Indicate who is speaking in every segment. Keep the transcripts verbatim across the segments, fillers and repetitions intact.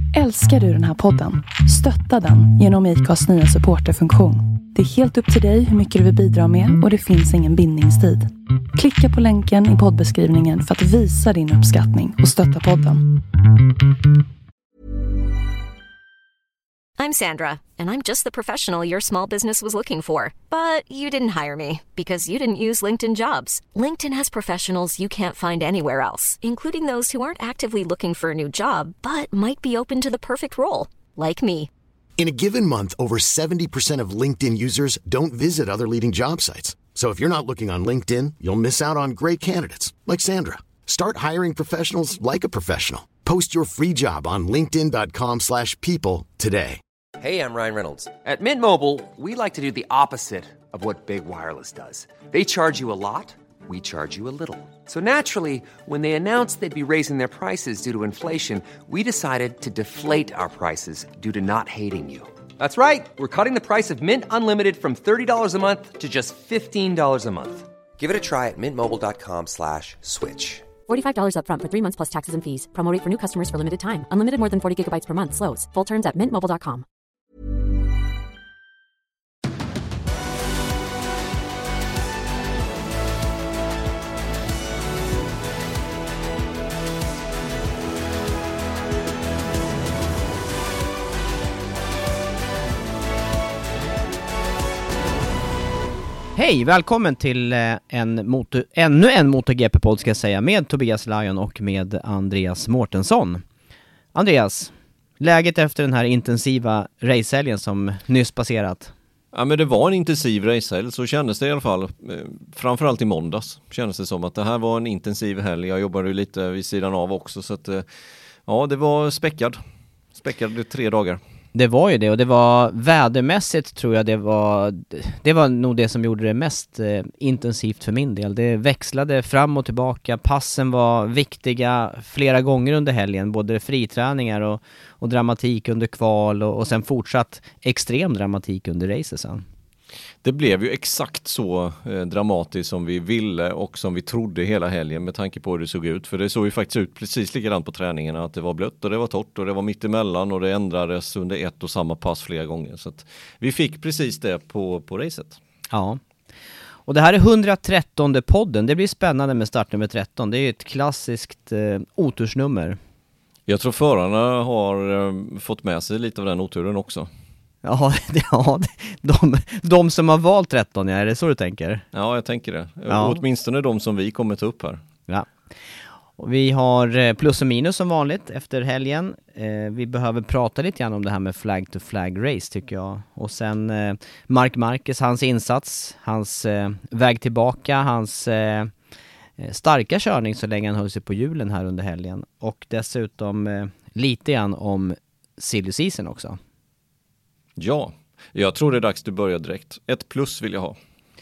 Speaker 1: Älskar du den här podden? Stötta den genom I C A:s nya supporterfunktion. Det är helt upp till dig hur mycket du vill bidra med och det finns ingen bindningstid. Klicka på länken i poddbeskrivningen för att visa din uppskattning och stötta podden.
Speaker 2: I'm Sandra, and I'm just the professional your small business was looking for. But you didn't hire me because you didn't use LinkedIn Jobs. LinkedIn has professionals you can't find anywhere else, including those who aren't actively looking for a new job, but might be open to the perfect role, like me.
Speaker 3: In a given month, over seventy percent of LinkedIn users don't visit other leading job sites. So if you're not looking on LinkedIn, you'll miss out on great candidates like Sandra. Start hiring professionals like a professional. Post your free job on linkedin dot com slash people today.
Speaker 4: Hey, I'm Ryan Reynolds. At Mint Mobile, we like to do the opposite of what Big Wireless does. They charge you a lot, we charge you a little. So naturally, when they announced they'd be raising their prices due to inflation, we decided to deflate our prices due to not hating you. That's right. We're cutting the price of Mint Unlimited from thirty dollars a month to just fifteen dollars a month. Give it a try at mintmobile.com slash switch.
Speaker 5: forty-five dollars up front for three months plus taxes and fees. Promo rate for new customers for limited time. Unlimited more than forty gigabytes per month. Slows full terms at mint mobile dot com.
Speaker 6: Hej, välkommen till en motor, ännu en MotoGP-podd ska jag säga, med Tobias Lajon och med Andreas Mårtensson. Andreas, läget efter den här intensiva racehelgen som nyss passerat?
Speaker 7: Ja, men det var en intensiv racehelg, så kändes det i alla fall. Framförallt i måndags kändes det som att det här var en intensiv helg. Jag jobbade ju lite vid sidan av också, så att ja, det var späckad. Späckad tre dagar.
Speaker 6: Det var ju det, och det var vädermässigt tror jag det var det var nog det som gjorde det mest eh, intensivt för min del. Det växlade fram och tillbaka, passen var viktiga flera gånger under helgen, både friträningar och, och dramatik under kval och, och sen fortsatt extrem dramatik under racet sen.
Speaker 7: Det blev ju exakt så eh, dramatiskt som vi ville och som vi trodde hela helgen med tanke på hur det såg ut. För det såg ju faktiskt ut precis likadant på träningarna, att det var blött och det var torrt och det var mittemellan och det ändrades under ett och samma pass flera gånger. Så att vi fick precis det på, på racet.
Speaker 6: Ja, och det här är hundratrettonde podden. Det blir spännande med startnummer tretton. Det är ju ett klassiskt eh, otursnummer.
Speaker 7: Jag tror förarna har eh, fått med sig lite av den oturen också.
Speaker 6: Ja, det, ja de, de som har valt tretton, ja, är det så du tänker?
Speaker 7: Ja, jag tänker det.
Speaker 6: Ja.
Speaker 7: Åtminstone de som vi kommer ta upp här.
Speaker 6: Ja. Och vi har plus och minus som vanligt efter helgen. Eh, vi behöver prata lite grann om det här med flag to flag race tycker jag. Och sen eh, Marc Marquez, hans insats, hans eh, väg tillbaka, hans eh, starka körning så länge han höll sig på hjulen här under helgen. Och dessutom eh, lite grann om silly season också.
Speaker 7: Ja, jag tror det är dags du börjar direkt. Ett plus vill jag ha.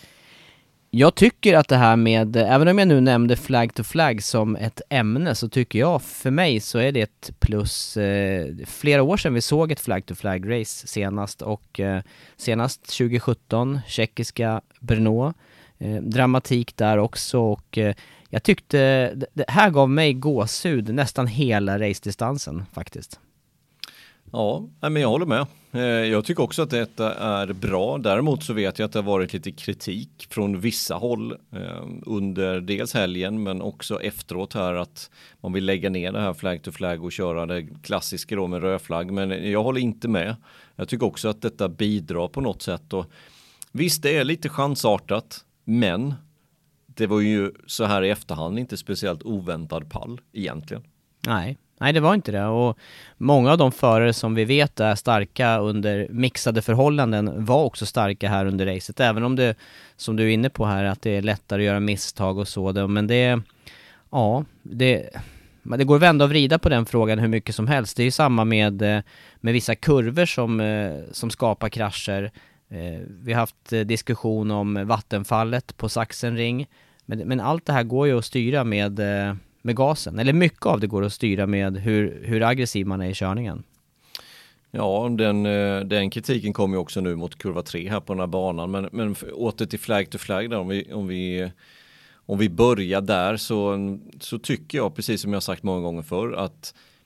Speaker 6: Jag tycker att det här med, även om jag nu nämnde flag to flag som ett ämne, så tycker jag för mig så är det ett plus. Eh, flera år sedan vi såg ett flag to flag race senast, och eh, senast tjugo sjutton, tjeckiska Brno, eh, dramatik där också, och eh, jag tyckte det här gav mig gåshud nästan hela race-distansen faktiskt.
Speaker 7: Ja, men jag håller med. Jag tycker också att detta är bra. Däremot så vet jag att det har varit lite kritik från vissa håll under dels helgen men också efteråt här, att man vill lägga ner det här flag to flag och köra det klassiska då med rödflagg. Men jag håller inte med. Jag tycker också att detta bidrar på något sätt. Och visst, det är lite chansartat, men det var ju så här i efterhand inte speciellt oväntad pall egentligen.
Speaker 6: Nej. Nej, det var inte det, och många av de förare som vi vet är starka under mixade förhållanden var också starka här under racet, även om det, som du är inne på här, att det är lättare att göra misstag och så, men det, ja, det, det går att vända och vrida på den frågan hur mycket som helst. Det är ju samma med, med vissa kurvor som, som skapar krascher. Vi har haft diskussion om vattenfallet på Sachsenring, men, men allt det här går ju att styra med med gasen, eller mycket av det går att styra med hur, hur aggressiv man är i körningen.
Speaker 7: Ja, den, den kritiken kommer ju också nu mot kurva tre här på den här banan, men, men åter till flag to flag där, om vi, om vi, om vi börjar där så, så tycker jag, precis som jag sagt många gånger förr, att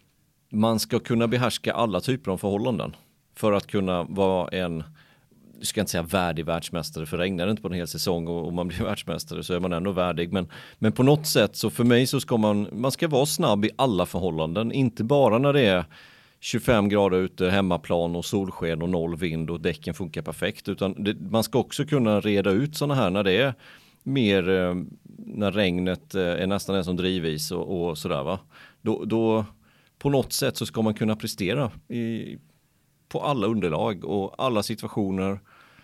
Speaker 7: man ska kunna behärska alla typer av förhållanden för att kunna vara en, jag ska inte säga värdig världsmästare, för regnar det inte på en hel säsong och, och man blir världsmästare så är man ändå värdig. Men, men på något sätt så för mig så ska man, man ska vara snabb i alla förhållanden. Inte bara när det är tjugofem grader ute, hemmaplan och solsken och noll vind och däcken funkar perfekt. Utan det, man ska också kunna reda ut sådana här när det är mer, eh, när regnet eh, är nästan en som drivis och, och sådär va. Då, då på något sätt så ska man kunna prestera i på alla underlag och alla situationer.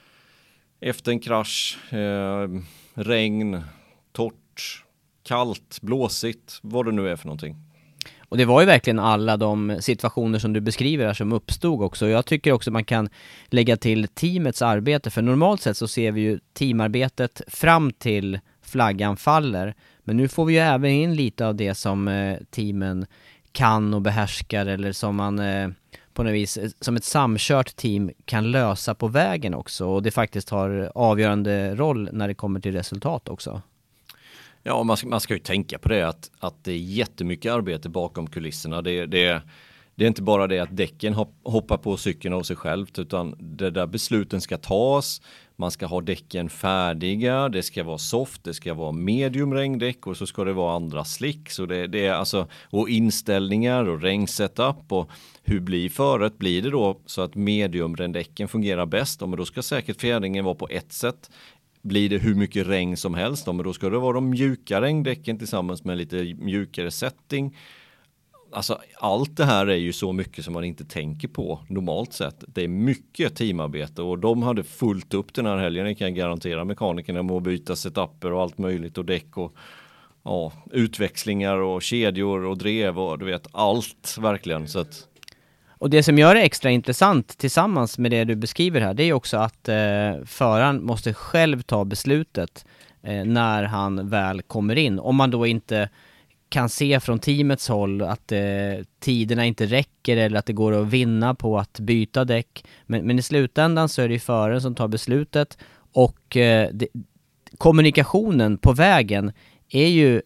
Speaker 7: Efter en krasch, eh, regn, torrt, kallt, blåsigt, vad det nu är för någonting.
Speaker 6: Och det var ju verkligen alla de situationer som du beskriver här som uppstod också. Jag tycker också man kan lägga till teamets arbete, för normalt sett så ser vi ju teamarbetet fram till flaggan faller. Men nu får vi ju även in lite av det som eh, teamen kan och behärskar, eller som man eh, på något vis som ett samkört team kan lösa på vägen också, och det faktiskt har avgörande roll när det kommer till resultat också.
Speaker 7: Ja, man ska, man ska ju tänka på det att, att det är jättemycket arbete bakom kulisserna. Det, det, det är inte bara det att däcken hoppar på cykeln av sig självt, utan det där besluten ska tas. Man ska ha däcken färdiga, det ska vara soft, det ska vara medium regndäck och så ska det vara andra slick. Så det, det är alltså, och inställningar och regnsetup och hur blir föret? Blir det då så att medium regndäcken fungerar bäst? Ja, men då ska säkert fjädringen vara på ett sätt. Blir det hur mycket regn som helst? Ja, men då ska det vara de mjuka regndäcken tillsammans med lite mjukare setting. Alltså allt det här är ju så mycket som man inte tänker på normalt sett. Det är mycket teamarbete och de hade fullt upp den här helgen. Det kan jag garantera mekanikerna med att byta setuper och allt möjligt och däck och ja, utväxlingar och kedjor och drev och du vet allt verkligen. Så att...
Speaker 6: Och det som gör det extra intressant tillsammans med det du beskriver här, det är också att eh, föraren måste själv ta beslutet eh, när han väl kommer in. Om man då inte kan se från teamets håll att eh, tiderna inte räcker eller att det går att vinna på att byta däck. Men, men i slutändan så är det ju föraren som tar beslutet, och eh, det, kommunikationen på vägen är ju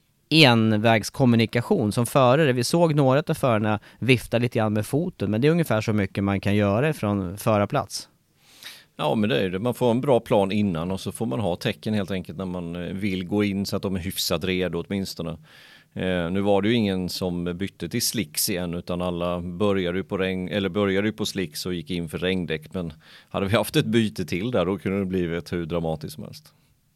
Speaker 6: envägskommunikation som förare. Vi såg några av förarna vifta lite grann med foten, men det är ungefär så mycket man kan göra från förarplats.
Speaker 7: Ja, men det är det. Man får en bra plan innan och så får man ha tecken helt enkelt när man vill gå in så att de är hyfsat redo åtminstone. Eh, nu var det ju ingen som bytte till slicks igen, utan alla började ju på regn, eller började ju på slicks och gick in för regndäck, men hade vi haft ett byte till där då kunde det blivit hur dramatiskt som helst.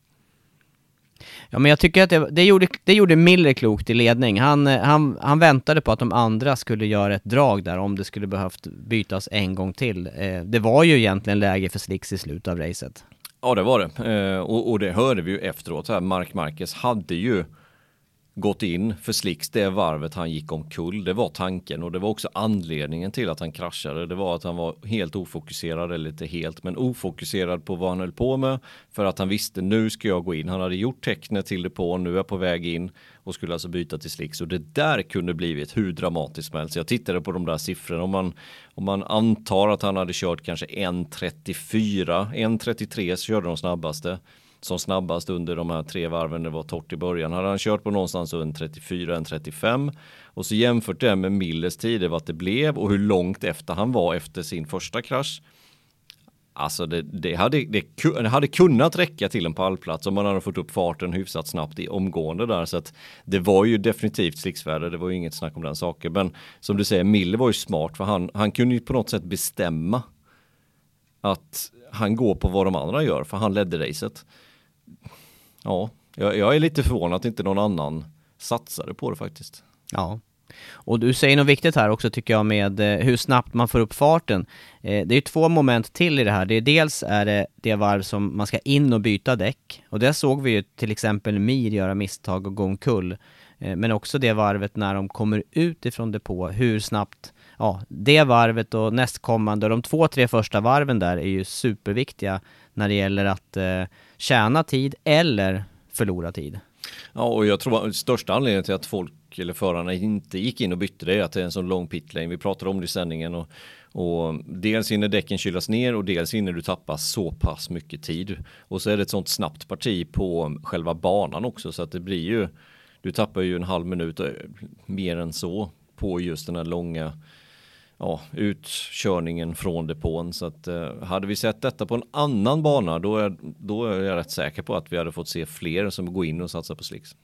Speaker 6: Ja, men jag tycker att det, det, gjorde, det gjorde Miller klokt i ledning. Han, han, han väntade på att de andra skulle göra ett drag där om det skulle behövt bytas en gång till. Eh, det var ju egentligen läge för slicks i slutet av racet.
Speaker 7: Ja, det var det. Eh, och, och det hörde vi ju efteråt. Här, Marc Marquez hade ju gått in för slicks det varvet han gick omkull. Det var tanken och det var också anledningen till att han kraschade. Det var att han var helt ofokuserad, eller inte helt, men ofokuserad på vad han höll på med, för att han visste nu ska jag gå in. Han hade gjort tecknet till depån, nu är jag på väg in och skulle alltså byta till slicks, och det där kunde blivit hur dramatiskt som helst. Jag tittade på de där siffrorna. Om man, om man antar att han hade kört kanske en trettiofyra, en trettiotre så körde de snabbaste. Som snabbast under de här tre varven, det var torrt i början. Hade han kört på någonstans en trettiofyra, en trettiofem. Och så jämfört det med Millers tid, vad det blev och hur långt efter han var efter sin första krasch. Alltså det, det, hade, det, det hade kunnat räcka till en pallplats om man hade fått upp farten hyfsat snabbt i omgående där. Så att det var ju definitivt slicksvärde, det var ju inget snack om den saken. Men som du säger, Miller var ju smart, för han, han kunde ju på något sätt bestämma att han går på vad de andra gör, för han ledde racet. Ja, jag, jag är lite förvånad att inte någon annan satsade på det faktiskt.
Speaker 6: Ja, och du säger något viktigt här också tycker jag med eh, hur snabbt man får upp farten. Eh, det är ju två moment till i det här. Det är dels är det det varv som man ska in och byta däck. Och där såg vi ju till exempel Mir göra misstag och gå omkull. Eh, men också det varvet när de kommer ut ifrån depå. Hur snabbt, ja, det varvet och nästkommande och de två, tre första varven där är ju superviktiga när det gäller att eh, tjäna tid eller förlora tid. Ja,
Speaker 7: och jag tror att största anledningen till att folk eller förarna inte gick in och bytte det är att det är en sån lång pitlane. Vi pratade om det i sändningen och, och dels hinner däcken kylas ner och dels hinner du tappa så pass mycket tid. Och så är det ett sånt snabbt parti på själva banan också, så att det blir ju, du tappar ju en halv minut mer än så på just den här långa ja, utkörningen från depån. Så att, eh, hade vi sett detta på en annan bana då är, då är jag rätt säker på att vi hade fått se fler som går in och satsar på slicks.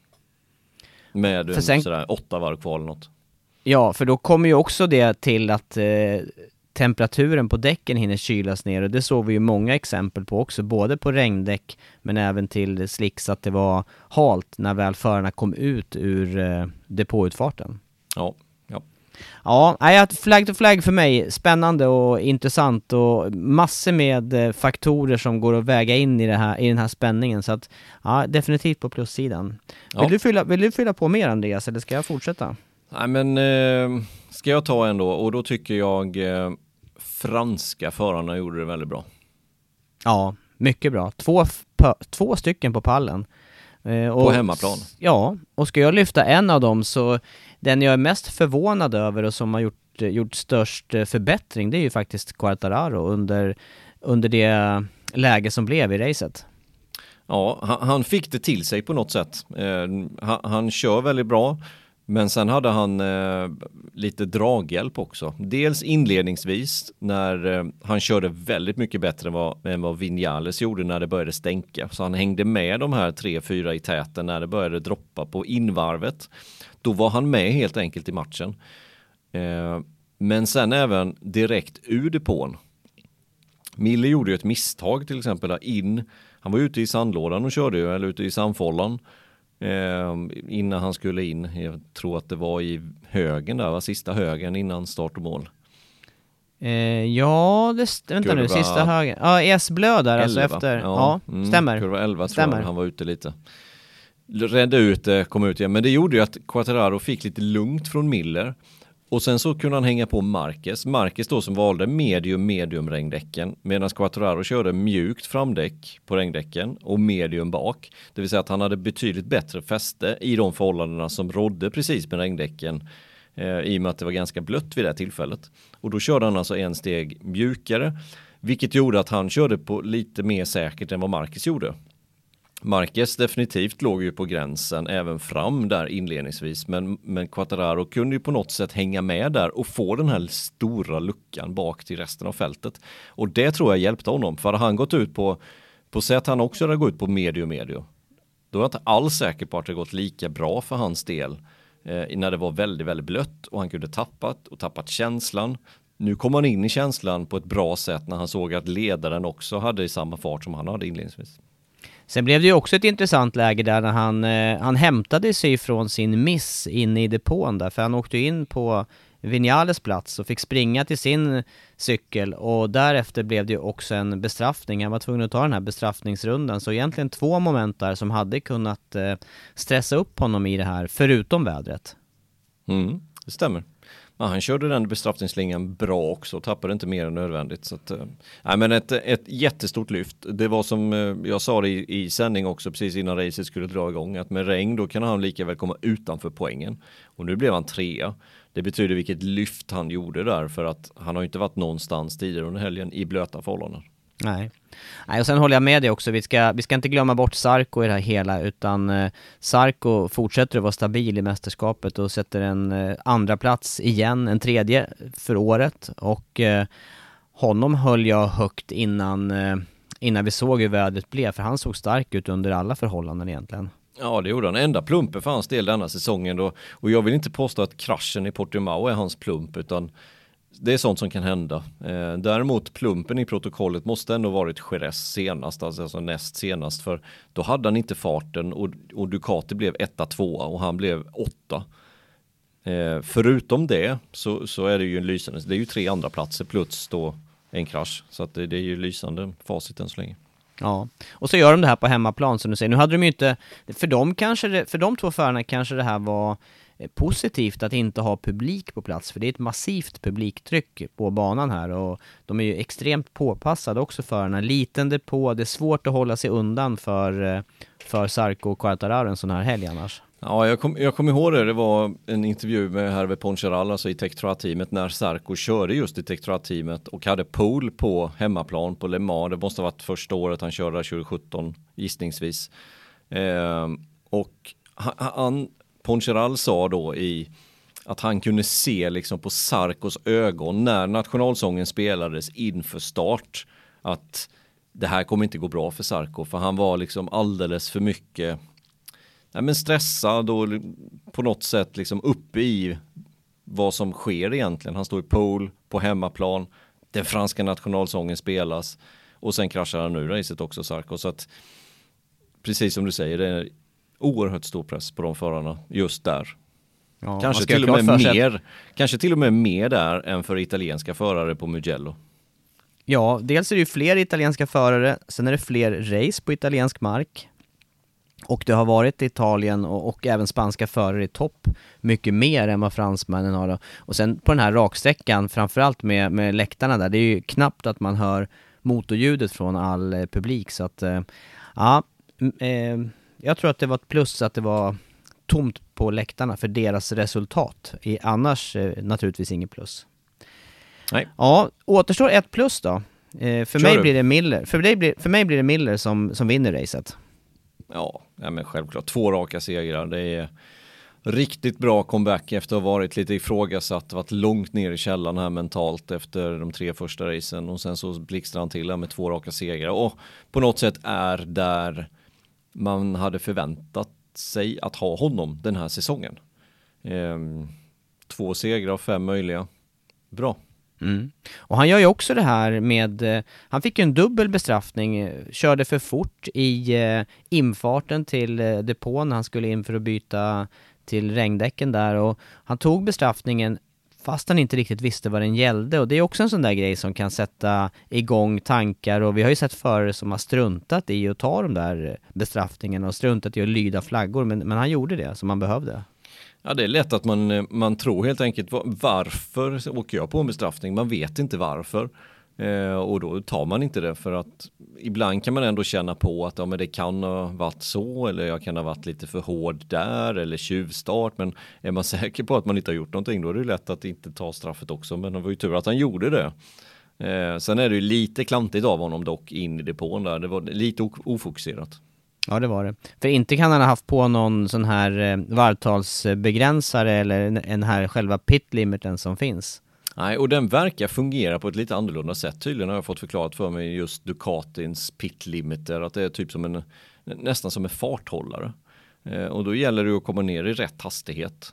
Speaker 7: Med en, sen, sådär, åtta varv kvar eller något.
Speaker 6: Ja, för då kommer ju också det till att eh, temperaturen på däcken hinner kylas ner, och det såg vi ju många exempel på också, både på regndäck men även till slicks, att det var halt när väl förarna kom ut ur eh, depåutfarten.
Speaker 7: Ja, ja.
Speaker 6: Ja, nej, flag to flag för mig, spännande och intressant och massor med eh, faktorer som går att väga in i, det här, i den här spänningen, så att ja, definitivt på plussidan. Ja. Vill du fylla, vill du fylla på mer, Andreas, eller ska jag fortsätta?
Speaker 7: Nej, men eh, ska jag ta en då, och då tycker jag eh, franska förarna gjorde det väldigt bra.
Speaker 6: Ja, mycket bra. Två, p- två stycken på pallen. Eh, och,
Speaker 7: på hemmaplan.
Speaker 6: Ja, och ska jag lyfta en av dem, så den jag är mest förvånad över och som har gjort, gjort störst förbättring, det är ju faktiskt Quartararo under, under det läge som blev i racet.
Speaker 7: Ja, han, han fick det till sig på något sätt. Eh, han, han kör väldigt bra. Men sen hade han eh, lite draghjälp också. Dels inledningsvis när eh, han körde väldigt mycket bättre än vad, än vad Vinales gjorde när det började stänka. Så han hängde med de här tre, fyra i täten när det började droppa på invarvet. Då var han med helt enkelt i matchen. Eh, men sen även direkt ur depån. Mille gjorde ju ett misstag till exempel där in. Han var ute i sandlådan och körde ju, eller ute i sandfållan. Eh, innan han skulle in. Jag tror att det var i högen där, va? Sista högen innan start och mål.
Speaker 6: Eh, ja, det st- vänta nu, sista högen. Ja, S-blöd där alltså efter. Ja, ja mm, stämmer.
Speaker 7: Kurva elva
Speaker 6: stämmer.
Speaker 7: tror jag han var ute lite. Rädde ut det, kom ut igen. Men det gjorde ju att Quartararo fick lite lugnt från Miller. Och sen så kunde han hänga på Marquez. Marquez då som valde medium, medium regndäcken. Medan Quartararo körde mjukt framdäck på regndäcken och medium bak. Det vill säga att han hade betydligt bättre fäste i de förhållandena som rådde precis med regndäcken. Eh, I och med att det var ganska blött vid det tillfället. Och då körde han alltså en steg mjukare. Vilket gjorde att han körde på lite mer säkert än vad Marquez gjorde. Marquez definitivt låg ju på gränsen även fram där inledningsvis, men, men Quartararo kunde ju på något sätt hänga med där och få den här stora luckan bak till resten av fältet. Och det tror jag hjälpte honom, för hade han gått ut på, på sätt han också hade gått ut på medio-medio, då är jag inte alls säker på att det gått lika bra för hans del eh, när det var väldigt, väldigt blött och han kunde tappat och tappat känslan. Nu kom han in i känslan på ett bra sätt när han såg att ledaren också hade i samma fart som han hade inledningsvis.
Speaker 6: Sen blev det ju också ett intressant läge där när han, eh, han hämtade sig från sin miss inne i depån där, för han åkte in på Vinales plats och fick springa till sin cykel, och därefter blev det ju också en bestraffning. Han var tvungen att ta den här bestraffningsrundan, så egentligen två moment där som hade kunnat eh, stressa upp honom i det här, förutom vädret.
Speaker 7: Mm, det stämmer. Ja, han körde den bestraffningslinjen bra också och tappade inte mer än nödvändigt. Så att, äh, men ett, ett jättestort lyft. Det var som äh, jag sa det i, i sändning också precis innan racet skulle dra igång, att med regn då kan han lika väl komma utanför poängen. Och nu blev han trea. Det betyder vilket lyft han gjorde där, för att han har inte varit någonstans tidigare under helgen i blöta förhållanden.
Speaker 6: Nej. Nej, och sen håller jag med dig också. Vi ska, vi ska inte glömma bort Zarco i det här hela, utan eh, Zarco fortsätter att vara stabil i mästerskapet och sätter en eh, andra plats igen, en tredje för året. Och eh, honom höll jag högt innan, eh, innan vi såg hur vädret blev, för han såg stark ut under alla förhållanden egentligen.
Speaker 7: Ja, det gjorde han. Enda plumpen för hans del denna säsongen då. Och jag vill inte påstå att kraschen i Portimao är hans plump, utan det är sånt som kan hända. Eh, däremot plumpen i protokollet måste ändå varit Jerez senast, alltså, alltså näst senast, för då hade han inte farten och, och Ducati blev etta, tvåa och han blev åtta. Eh, förutom det så, så är det ju en lysande, det är ju tre andra platser plus då en krasch, så att det, det är ju lysande facit än så länge.
Speaker 6: Ja, och så gör de det här på hemmaplan som du säger. Nu hade de ju inte, för dem kanske det, för de två förarna kanske det här var positivt att inte ha publik på plats, för det är ett massivt publiktryck på banan här, och de är ju extremt påpassade också förarna. Liten depå, det är svårt att hålla sig undan för, för Zarco och Quartararo en sån här helg annars.
Speaker 7: Ja, jag kommer jag kom ihåg det. Det var en intervju med Hervé Poncharal, alltså i Tektra-teamet, när Zarco körde just i Tektra-teamet och hade pole på hemmaplan på Le Mans. Det måste ha varit första året han körde tjugo sjutton gissningsvis. Eh, och han, Poncharal sa då i att han kunde se liksom på Zarcos ögon när nationalsången spelades inför start att det här kommer inte gå bra för Zarco, för han var liksom alldeles för mycket nej, men stressad och på något sätt liksom uppe i vad som sker egentligen. Han står i pole på hemmaplan, den franska nationalsången spelas och sen kraschar han nu racet också, Zarco. Så att precis som du säger, det är oerhört stor press på de förarna just där.
Speaker 6: Ja,
Speaker 7: kanske, till och med mer, kanske till och med mer där än för italienska förare på Mugello.
Speaker 6: Ja, dels är det ju fler italienska förare, sen är det fler race på italiensk mark. Och det har varit i Italien och, och även spanska förare i topp mycket mer än vad fransmännen har. Då. Och sen på den här raksträckan, framförallt med, med läktarna där, det är ju knappt att man hör motorljudet från all eh, publik. Så att, eh, ja, eh, jag tror att det var ett plus att det var tomt på läktarna för deras resultat. I, annars eh, naturligtvis inget plus.
Speaker 7: Nej.
Speaker 6: Ja, återstår ett plus då. Eh, för, mig
Speaker 7: du.
Speaker 6: blir det Miller. För, dig blir, för mig blir det Miller som, som vinner racet.
Speaker 7: Ja, ja, men självklart. Två raka segrar. Det är riktigt bra comeback efter att ha varit lite ifrågasatt. Varit långt ner i källan här mentalt efter de tre första racen. Och sen så blixtrar han till här med två raka segrar. Och på något sätt är där man hade förväntat sig att ha honom den här säsongen. Ehm, två segrar och fem möjliga. Bra.
Speaker 6: Mm. Och han gör ju också det här med, eh, han fick ju en dubbel bestraffning, körde för fort i eh, infarten till eh, depån när han skulle in för att byta till regndäcken där, och han tog bestraffningen fast han inte riktigt visste vad den gällde, och det är också en sån där grej som kan sätta igång tankar, och vi har ju sett förare som har struntat i att ta de där bestraffningarna och struntat i att lyda flaggor, men, men han gjorde det som han behövde.
Speaker 7: Ja, det är lätt att man, man tror helt enkelt varför åker jag på en bestraffning? Man vet inte varför. Eh, och då tar man inte det, för att ibland kan man ändå känna på att ja, men det kan ha varit så, eller jag kan ha varit lite för hård där eller tjuvstart, men är man säker på att man inte har gjort någonting, då är det lätt att inte ta straffet också, men det var ju tur att han gjorde det. Eh, sen är det ju lite klantigt av honom dock in i depån där, det var lite ofokuserat.
Speaker 6: Ja, det var det. För inte kan han ha haft på någon sån här eh, varvtalsbegränsare eller en, en här själva pit-limiten som finns.
Speaker 7: Nej, och den verkar fungera på ett lite annorlunda sätt. Tydligen har jag fått förklarat för mig just Ducatins pit-limiter, att det är typ som en, nästan som en farthållare. Eh, och då gäller det att komma ner i rätt hastighet.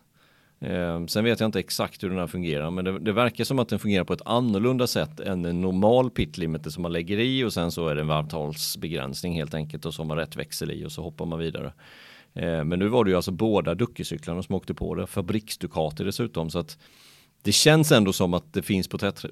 Speaker 7: Eh, sen vet jag inte exakt hur den här fungerar, men det, det verkar som att den fungerar på ett annorlunda sätt än en normal pit-limiter som man lägger i, och sen så är det en varvtalsbegränsning helt enkelt, och så har man rätt växel i och så hoppar man vidare. Eh, men nu var det ju alltså båda Ducati-cyklarna som åkte på det, fabriks-Ducati dessutom, så att det känns ändå som att det finns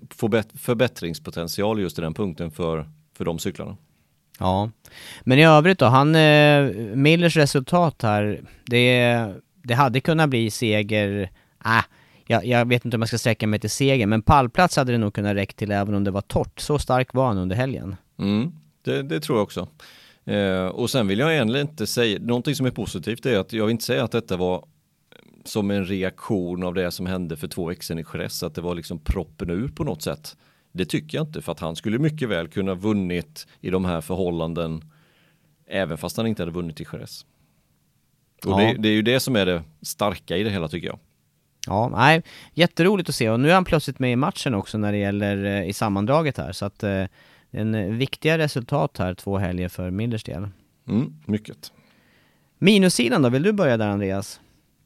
Speaker 7: förbättringspotential just i den punkten för, för de cyklarna.
Speaker 6: Ja, men i övrigt då, han, eh, Millers resultat här, det, det hade kunnat bli seger, äh, jag, jag vet inte om jag ska sträcka mig till seger, men pallplats hade det nog kunnat räcka till även om det var torrt. Så stark var han under helgen.
Speaker 7: Mm, det, det tror jag också. Eh, och sen vill jag egentligen inte säga, någonting som är positivt är att jag vill inte säga att detta var som en reaktion av det som hände för två veckor sedan i Jerez, att det var liksom proppen ur på något sätt. Det tycker jag inte, för att han skulle mycket väl kunna vunnit i de här förhållanden även fast han inte hade vunnit i Jerez. Och
Speaker 6: Ja.
Speaker 7: det, det är ju det som är det starka i det hela, tycker jag.
Speaker 6: Ja, nej, jätteroligt att se, och nu är han plötsligt med i matchen också när det gäller eh, i sammandraget här, så att eh, en viktiga resultat här, två helger för Millers del.
Speaker 7: Mm, mycket.
Speaker 6: Minussidan då, vill du börja där, Andreas?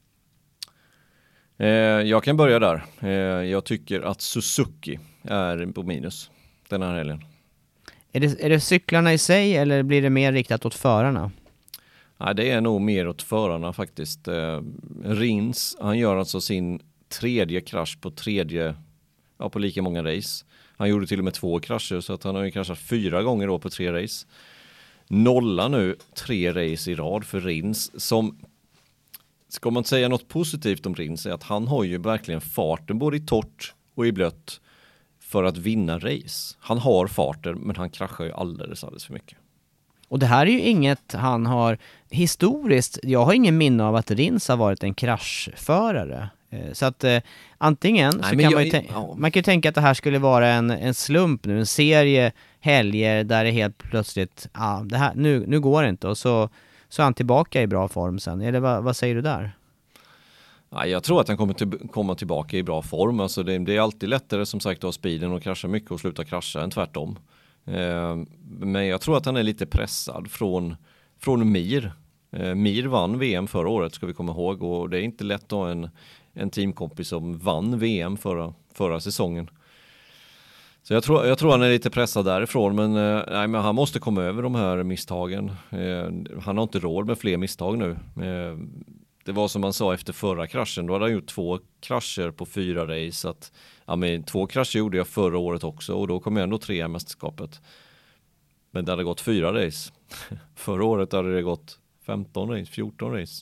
Speaker 7: Eh, jag kan börja där. Eh, jag tycker att Suzuki är på minus den här helgen.
Speaker 6: Är det, är det cyklarna i sig eller blir det mer riktat åt förarna?
Speaker 7: Nej, det är nog mer åt förarna faktiskt. Eh, Rins, han gör alltså sin tredje krasch på tredje, ja, på lika många race. Han gjorde till och med två krascher, så att han har ju kraschat fyra gånger då på tre race. Nolla nu tre race i rad för Rins, som, ska man säga något positivt om Rins, är att han har ju verkligen farten både i torrt och i blött för att vinna race. Han har farten, men han kraschar ju alldeles, alldeles för mycket. Och
Speaker 6: det här är ju inget han har historiskt, jag har ingen minne av att Rins har varit en kraschförare. Så att eh, antingen Nej, så kan jag, man ju tän- ja. man kan ju tänka att det här skulle vara en, en slump nu, en serie helger där det helt plötsligt, ja, det här, nu, nu går det inte, och så, så är han tillbaka i bra form sen. Eller vad, vad säger du där?
Speaker 7: Ja, jag tror att han kommer till, komma tillbaka i bra form. Alltså det, det är alltid lättare som sagt att ha speeden och krascha mycket och sluta krascha än tvärtom. Eh, men jag tror att han är lite pressad från, från Mir. Eh, Mir vann V M förra året ska vi komma ihåg, och det är inte lätt att ha en, en teamkompis som vann V M förra, förra säsongen. Så jag tror, jag tror han är lite pressad därifrån, men, eh, nej, men han måste komma över de här misstagen. Eh, han har inte råd med fler misstag nu. Eh, det var som man sa efter förra kraschen, då hade han gjort två krascher på fyra race. Att, ja, men två krascher gjorde jag förra året också, och då kom jag ändå tre i mästerskapet. Men det hade gått fyra race. Förra året hade det gått femton race, fjorton race.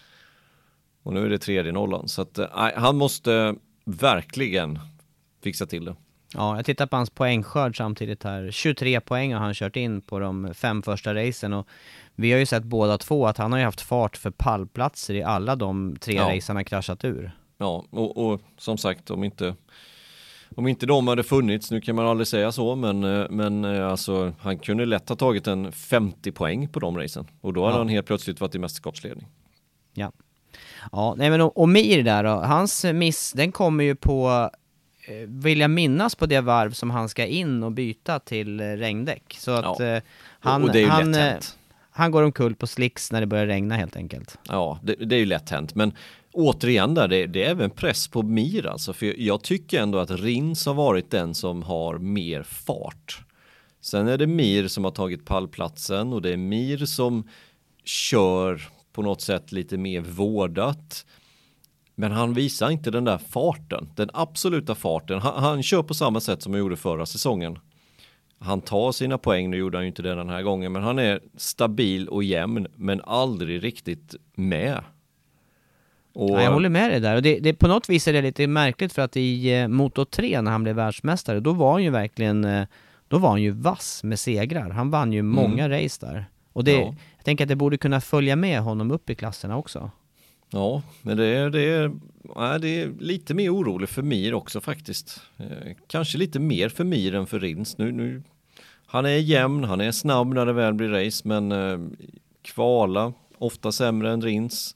Speaker 7: Och nu är det tredje nollan. Så att, nej, han måste verkligen fixa till det.
Speaker 6: Ja, jag tittar på hans poängskörd samtidigt här. tjugotre poäng har han kört in på de fem första racen, och vi har ju sett båda två att han har ju haft fart för pallplatser i alla de tre ja. racen han har kraschat ur.
Speaker 7: Ja, och, och som sagt, om inte om inte de hade funnits, nu kan man aldrig säga så, men, men alltså, han kunde lätt ha tagit en femtio poäng på de racen, och då hade ja. han helt plötsligt varit i mästerskapsledning.
Speaker 6: Ja, ja nej, men och, och Mir där då, hans miss, den kommer ju på, vill jag minnas, på det varv som han ska in och byta till regndäck. Så att ja. han,
Speaker 7: och det är ju
Speaker 6: han,
Speaker 7: lätt hänt.
Speaker 6: Han går omkull på slicks när det börjar regna helt enkelt.
Speaker 7: Ja, det, det är ju lätt hänt. Men återigen där, det, det är även press på Mir alltså. För jag tycker ändå att Rins har varit den som har mer fart. Sen är det Mir som har tagit pallplatsen, och det är Mir som kör på något sätt lite mer vårdat. Men han visar inte den där farten, den absoluta farten. Han, han kör på samma sätt som han gjorde förra säsongen. Han tar sina poäng, nu gjorde han ju inte det den här gången, men han är stabil och jämn, men aldrig riktigt med. Och...
Speaker 6: Ja, jag håller med dig där, och det, det, på något vis är det lite märkligt, för att i eh, Moto tre när han blev världsmästare, då var han ju verkligen, eh, då var han ju vass med segrar. Han vann ju många mm. race där. Och det, ja. jag tänker att det borde kunna följa med honom upp i klasserna också.
Speaker 7: Ja, men det är, det är, ja, det är lite mer orolig för Mir också faktiskt. Eh, kanske lite mer för Mir än för Rins. Nu, nu, han är jämn, han är snabb när det väl blir race, men eh, kvala ofta sämre än Rins.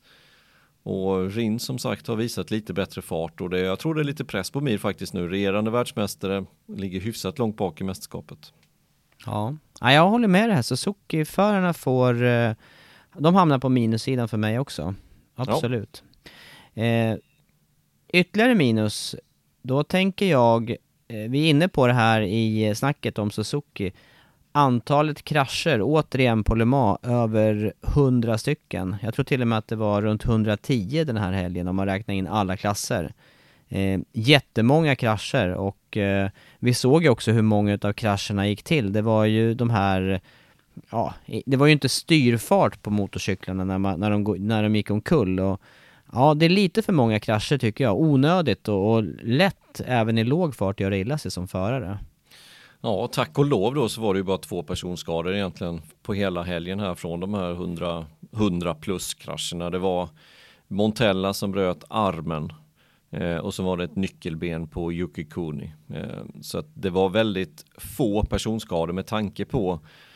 Speaker 7: Och Rins som sagt har visat lite bättre fart, och det, jag tror det är lite press på Mir faktiskt nu. Regerande världsmästare ligger hyfsat långt bak i mästerskapet.
Speaker 6: Ja, ja jag håller med det här. Suzuki-förarna får, eh, de hamnar på minussidan för mig också. Absolut. Ja. Eh, ytterligare minus, då tänker jag, eh, vi är inne på det här i snacket om Suzuki, antalet krascher återigen på Le Mans, över hundra stycken. Jag tror till och med att det var runt hundratio den här helgen om man räknar in alla klasser. Eh, jättemånga krascher, och eh, vi såg ju också hur många av krascherna gick till. Det var ju de här, ja, det var ju inte styrfart på motorcyklarna när, man, när, de, när de gick omkull, och ja, det är lite för många krascher tycker jag, onödigt, och, och lätt även i låg fart göra illa sig som förare.
Speaker 7: Ja, tack och lov då så var det ju bara två personskador egentligen på hela helgen här från de här hundra, hundra plus krascherna. Det var Montella som bröt armen, eh, och så var det ett nyckelben på Yuki Kuni. Eh, så att det var väldigt få personskador med tanke på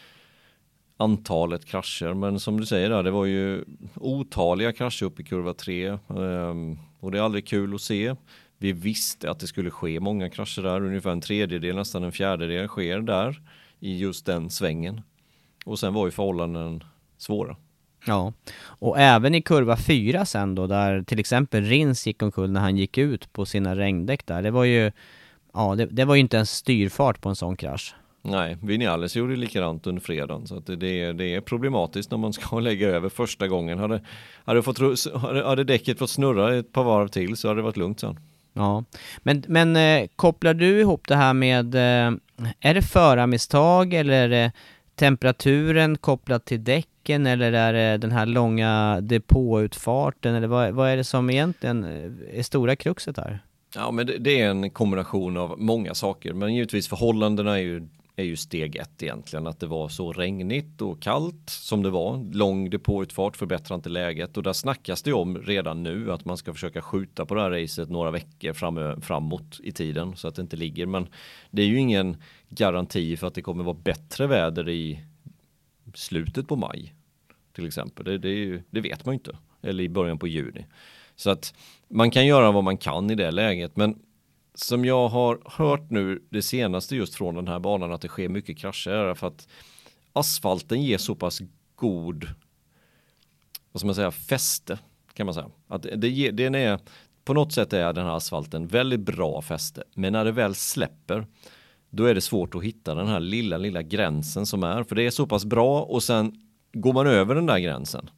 Speaker 7: antalet krascher, men som du säger där, det var ju otaliga krascher upp i kurva tre, eh, och det är aldrig kul att se. Vi visste att det skulle ske många krascher där, ungefär en tredjedel, nästan en fjärdedel sker där i just den svängen. Och sen var ju förhållanden svåra.
Speaker 6: Ja, och även i kurva fyra sen då, där till exempel Rins gick omkull när han gick ut på sina regndäck där. Det var ju, ja, det, det var ju inte en styrfart på en sån krasch.
Speaker 7: Nej, Vinales gjorde likadant under fredagen, så att det, det, är, det är problematiskt när man ska lägga över första gången. Hade, hade, fått, hade, hade däcket fått snurra ett par varv till så hade det varit lugnt sen. Ja,
Speaker 6: men, men eh, kopplar du ihop det här med, eh, är det förarmisstag eller är det temperaturen kopplat till däcken, eller är det den här långa depåutfarten, eller vad, vad är det som egentligen är stora kruxet här?
Speaker 7: Ja, men det, det är en kombination av många saker, men givetvis förhållandena är ju, är ju steg ett egentligen, att det var så regnigt och kallt som det var. Lång depåutfart förbättrar inte läget, och där snackas det om redan nu att man ska försöka skjuta på det här racet några veckor fram, framåt i tiden så att det inte ligger, men det är ju ingen garanti för att det kommer vara bättre väder i slutet på maj till exempel. Det, det, är ju, det vet man ju inte, eller i början på juni. Så att man kan göra vad man kan i det läget, men som jag har hört nu det senaste just från den här banan att det sker mycket krascher är för att asfalten ger så pass god, vad ska man säga, fäste kan man säga. Att det ger, den är, på något sätt är den här asfalten väldigt bra fäste, men när det väl släpper då är det svårt att hitta den här lilla, lilla gränsen som är, för det är så pass bra och sen går man över den där gränsen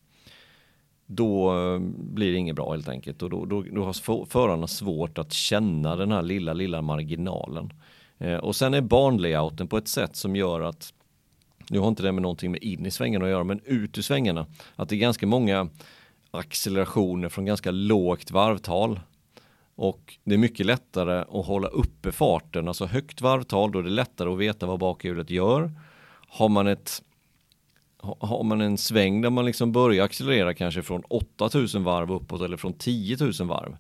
Speaker 7: då blir det inget bra helt enkelt och då, då, då har förarna svårt att känna den här lilla, lilla marginalen. Eh, och sen är banlayouten på ett sätt som gör att, nu har inte det med någonting med in i svängarna att göra, men ut i svängarna, att det är ganska många accelerationer från ganska lågt varvtal. Och det är mycket lättare att hålla uppe farten, alltså högt varvtal, då är det lättare att veta vad bakhjulet gör. Har man ett Har man en sväng där man liksom börjar accelerera kanske från åtta tusen varv uppåt eller från tio tusen varv,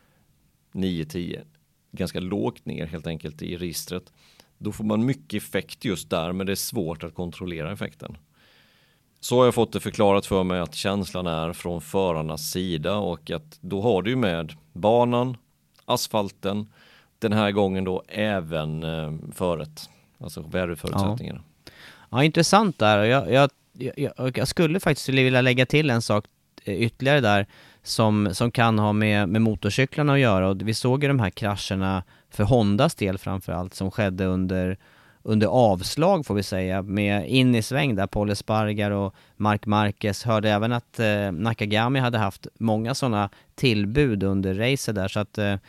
Speaker 7: nio tio, ganska lågt ner helt enkelt i registret, då får man mycket effekt just där, men det är svårt att kontrollera effekten. Så har jag fått det förklarat för mig att känslan är från förarnas sida, och att då har du med banan, asfalten, den här gången då även eh, föret, alltså väderförutsättningarna.
Speaker 6: Ja. Ja, intressant där. Jag, jag, jag, jag skulle faktiskt vilja lägga till en sak ytterligare där som, som kan ha med, med motorcyklarna att göra. Och vi såg ju de här krascherna för Hondas del framförallt som skedde under, under avslag får vi säga, med in i sväng där Paul Espargar och Marc Marquez. Hörde även att eh, Nakagami hade haft många sådana tillbud under racet där, så att eh,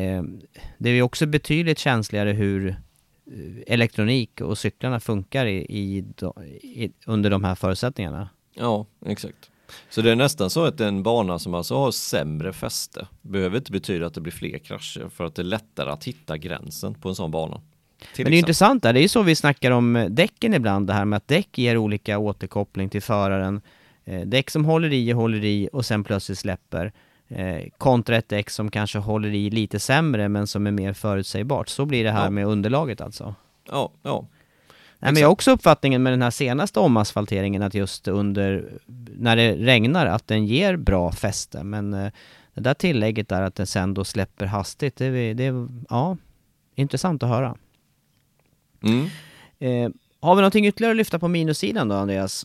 Speaker 6: det är ju också betydligt känsligare hur elektronik och cyklarna funkar i, i, i, under de här förutsättningarna.
Speaker 7: Ja, exakt. Så det är nästan så att en bana som alltså har sämre fäste behöver inte betyda att det blir fler krascher, för att det är lättare att hitta gränsen på en sån bana.
Speaker 6: Men det är intressant där, det är ju så vi snackar om däcken ibland, det här med att däck ger olika återkoppling till föraren. Eh, däck som håller i och håller i och sen plötsligt släpper. Eh, kontra ett däck som kanske håller i lite sämre men som är mer förutsägbart. Så blir det här ja. med underlaget alltså.
Speaker 7: Ja, ja.
Speaker 6: Nej, men jag har också uppfattningen med den här senaste omasfalteringen att just under när det regnar att den ger bra fäste, men eh, det där tillägget där att den sen då släpper hastigt, det är, det är ja, intressant att höra.
Speaker 7: Mm.
Speaker 6: Eh, har vi någonting ytterligare att lyfta på minussidan då, Andreas?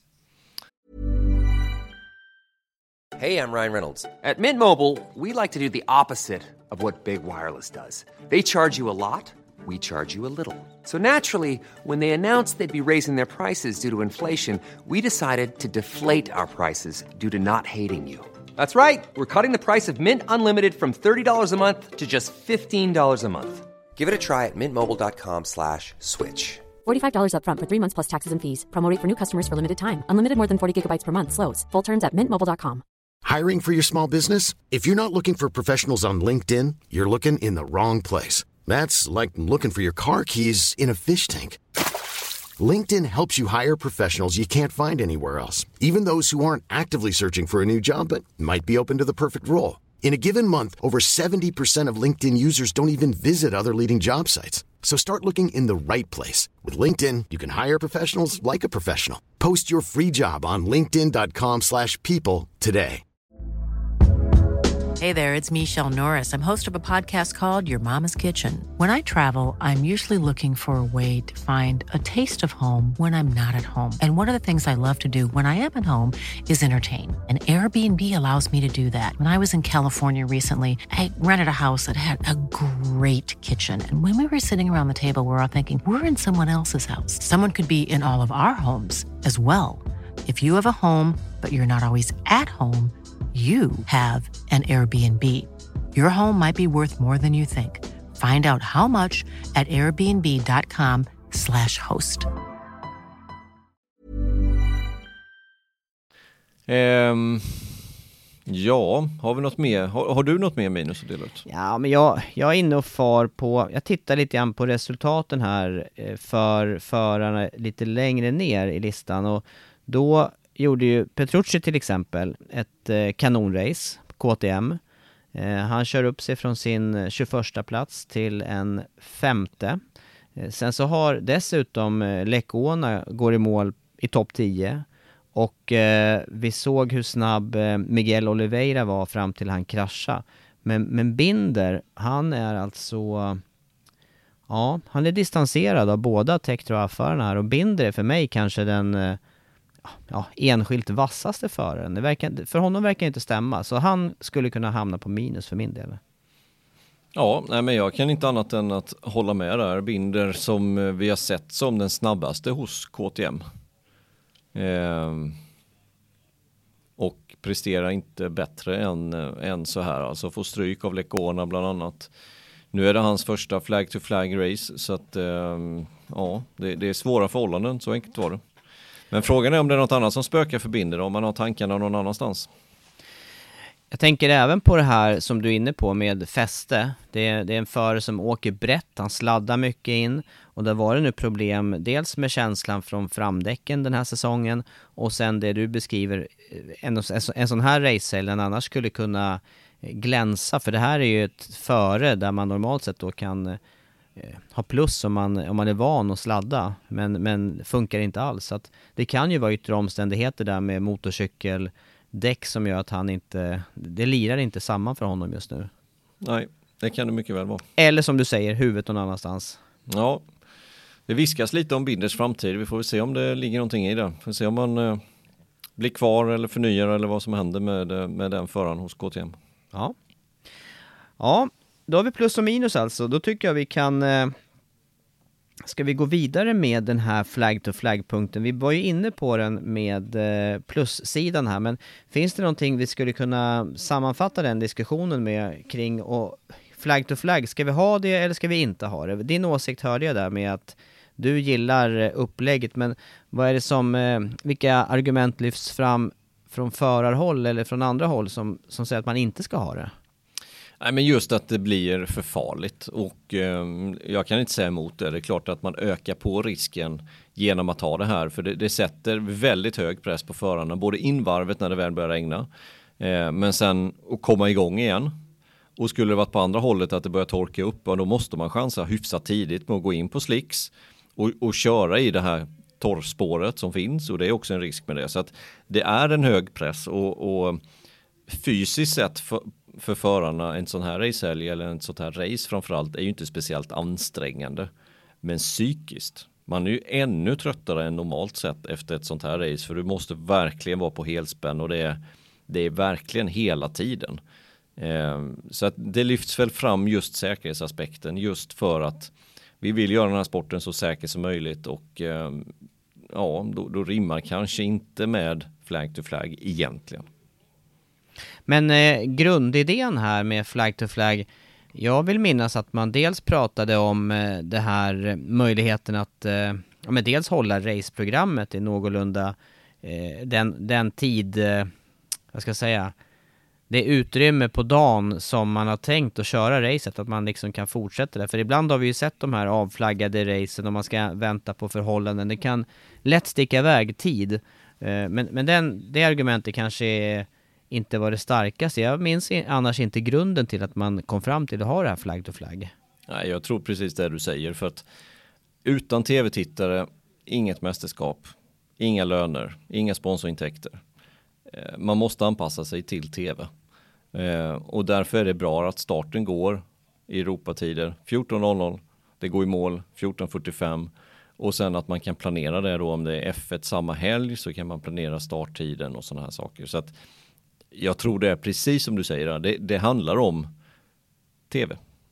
Speaker 4: Hey, I'm Ryan Reynolds. At Mint Mobile, we like to do the opposite of what Big Wireless does. They charge you a lot, we charge you a little. So naturally, when they announced they'd be raising their prices due to inflation, we decided to deflate our prices due to not hating you. That's right. We're cutting the price of Mint Unlimited from thirty dollars a month to just fifteen dollars a month. Give it a try at mintmobile.com slash switch.
Speaker 5: forty-five dollars up front for three months plus taxes and fees. Promo rate for new customers for limited time. Unlimited more than forty gigabytes per month. Slows full terms at mint mobile dot com.
Speaker 3: Hiring for your small business? If you're not looking for professionals on LinkedIn, you're looking in the wrong place. That's like looking for your car keys in a fish tank. LinkedIn helps you hire professionals you can't find anywhere else, even those who aren't actively searching for a new job but might be open to the perfect role. In a given month, over seventy percent of LinkedIn users don't even visit other leading job sites. So start looking in the right place. With LinkedIn, you can hire professionals like a professional. Post your free job on linkedin dot com slash people today.
Speaker 8: Hey there, it's Michelle Norris. I'm host of a podcast called Your Mama's Kitchen. When I travel, I'm usually looking for a way to find a taste of home when I'm not at home. And one of the things I love to do when I am at home is entertain. And Airbnb allows me to do that. When I was in California recently, I rented a house that had a great kitchen. And when we were sitting around the table, we were all thinking, we're in someone else's house. Someone could be in all of our homes as well. If you have a home, but you're not always at home, you have an Airbnb. Your home might be worth more than you think. Find out how much at airbnb dot com slash host.
Speaker 7: Um, ja, har vi något mer? Har, har du något mer minus att dela ut?
Speaker 6: Ja, men jag, jag är inne och far på, jag tittar lite grann på resultaten här för förarna lite längre ner i listan, och då gjorde ju Petrucci till exempel ett eh, kanonrace, K T M. Eh, han kör upp sig från sin tjugoförsta plats till en femte. Eh, sen så har dessutom eh, Lecona går i mål i topp tio. Och eh, vi såg hur snabb eh, Miguel Oliveira var fram till han kraschade. Men, men Binder, han är alltså... Ja, han är distanserad av båda Tektro-förarna här. Och Binder är för mig kanske den eh, ja, enskilt vassaste föraren. Det verkar, för honom verkar det inte stämma. Så han skulle kunna hamna på minus för min del.
Speaker 7: Ja, nej, men jag kan inte annat än att hålla med där. Binder som vi har sett som den snabbaste hos K T M. Eh, och presterar inte bättre än, än så här. Alltså får stryk av Lecona bland annat. Nu är det hans första flag-to-flag-race. Så att eh, ja, det, det är svåra förhållanden. Så enkelt var det. Men frågan är om det är något annat som spökar för Binder. Om man har tankarna någon annanstans.
Speaker 6: Jag tänker även på det här som du är inne på med fäste. Det är, det är en förare som åker brett, han sladdar mycket in. Och det var det nu problem dels med känslan från framdäcken den här säsongen. Och sen det du beskriver, en, en, en sån här racehelg den annars skulle kunna glänsa. För det här är ju ett före där man normalt sett då kan eh, ha plus om man, om man är van att sladda. Men, men funkar inte alls. Så att det kan ju vara yttre omständigheter där med motorcykel, däck som gör att han inte, det lirar inte samman för honom just nu.
Speaker 7: Nej, det kan det mycket väl vara.
Speaker 6: Eller som du säger, huvudet någon annanstans.
Speaker 7: Ja, det viskas lite om Binders framtid. Vi får se om det ligger någonting i det. Vi får se om man eh, blir kvar eller förnyar eller vad som händer med, med den föraren hos K T M.
Speaker 6: Ja. Ja, då har vi plus och minus alltså. Då tycker jag vi kan... Eh, ska vi gå vidare med den här flag-to-flag-punkten? Vi var ju inne på den med eh, plussidan här, men finns det någonting vi skulle kunna sammanfatta den diskussionen med kring och flag-to-flag? Ska vi ha det eller ska vi inte ha det? Din åsikt hörde jag där med att du gillar upplägget, men vad är det som, eh, vilka argument lyfts fram från förarhåll eller från andra håll som, som säger att man inte ska ha det?
Speaker 7: Nej, men just att det blir för farligt och eh, jag kan inte säga emot det. Det är klart att man ökar på risken genom att ha det här, för det, det sätter väldigt hög press på förarna, både invarvet när det väl börjar regna eh, men sen att komma igång igen. Och skulle det varit på andra hållet att det börjar torka upp, och då måste man chansa hyfsat tidigt med att gå in på slicks och, och köra i det här torrspåret som finns, och det är också en risk med det. Så att det är en hög press och, och fysiskt sett för, för förarna en sån här racehelg eller en sån här race framförallt är ju inte speciellt ansträngande. Men psykiskt, man är ju ännu tröttare än normalt sett efter ett sånt här race, för du måste verkligen vara på helspänn och det är, det är verkligen hela tiden. Eh, så att det lyfts väl fram just säkerhetsaspekten, just för att vi vill göra den här sporten så säker som möjligt, och eh, ja, då, då rimmar kanske inte med flag to flag egentligen.
Speaker 6: Men eh, grundidén här med flag to flag, jag vill minnas att man dels pratade om eh, det här möjligheten att eh, ja, men dels hålla raceprogrammet i någorlunda eh, den, den tid, eh, vad ska jag säga, det utrymme på dagen som man har tänkt att köra racet, att man liksom kan fortsätta det. För ibland har vi ju sett de här avflaggade racen och man ska vänta på förhållanden. Det kan lätt sticka iväg tid. Eh, men men den, det argumentet kanske är inte var det starkaste. Jag minns annars inte grunden till att man kom fram till att ha det här flag to flag.
Speaker 7: Nej, jag tror precis det du säger, för att utan tv-tittare, inget mästerskap, inga löner, inga sponsorintäkter. Eh, man måste anpassa sig till tv. Eh, och därför är det bra att starten går i Europatider fjorton noll noll, det går i mål fjorton fyrtiofem, och sen att man kan planera det då, om det är F ett samma helg så kan man planera starttiden och sådana här saker. Så att jag tror det är precis som du säger, det, det handlar om tv.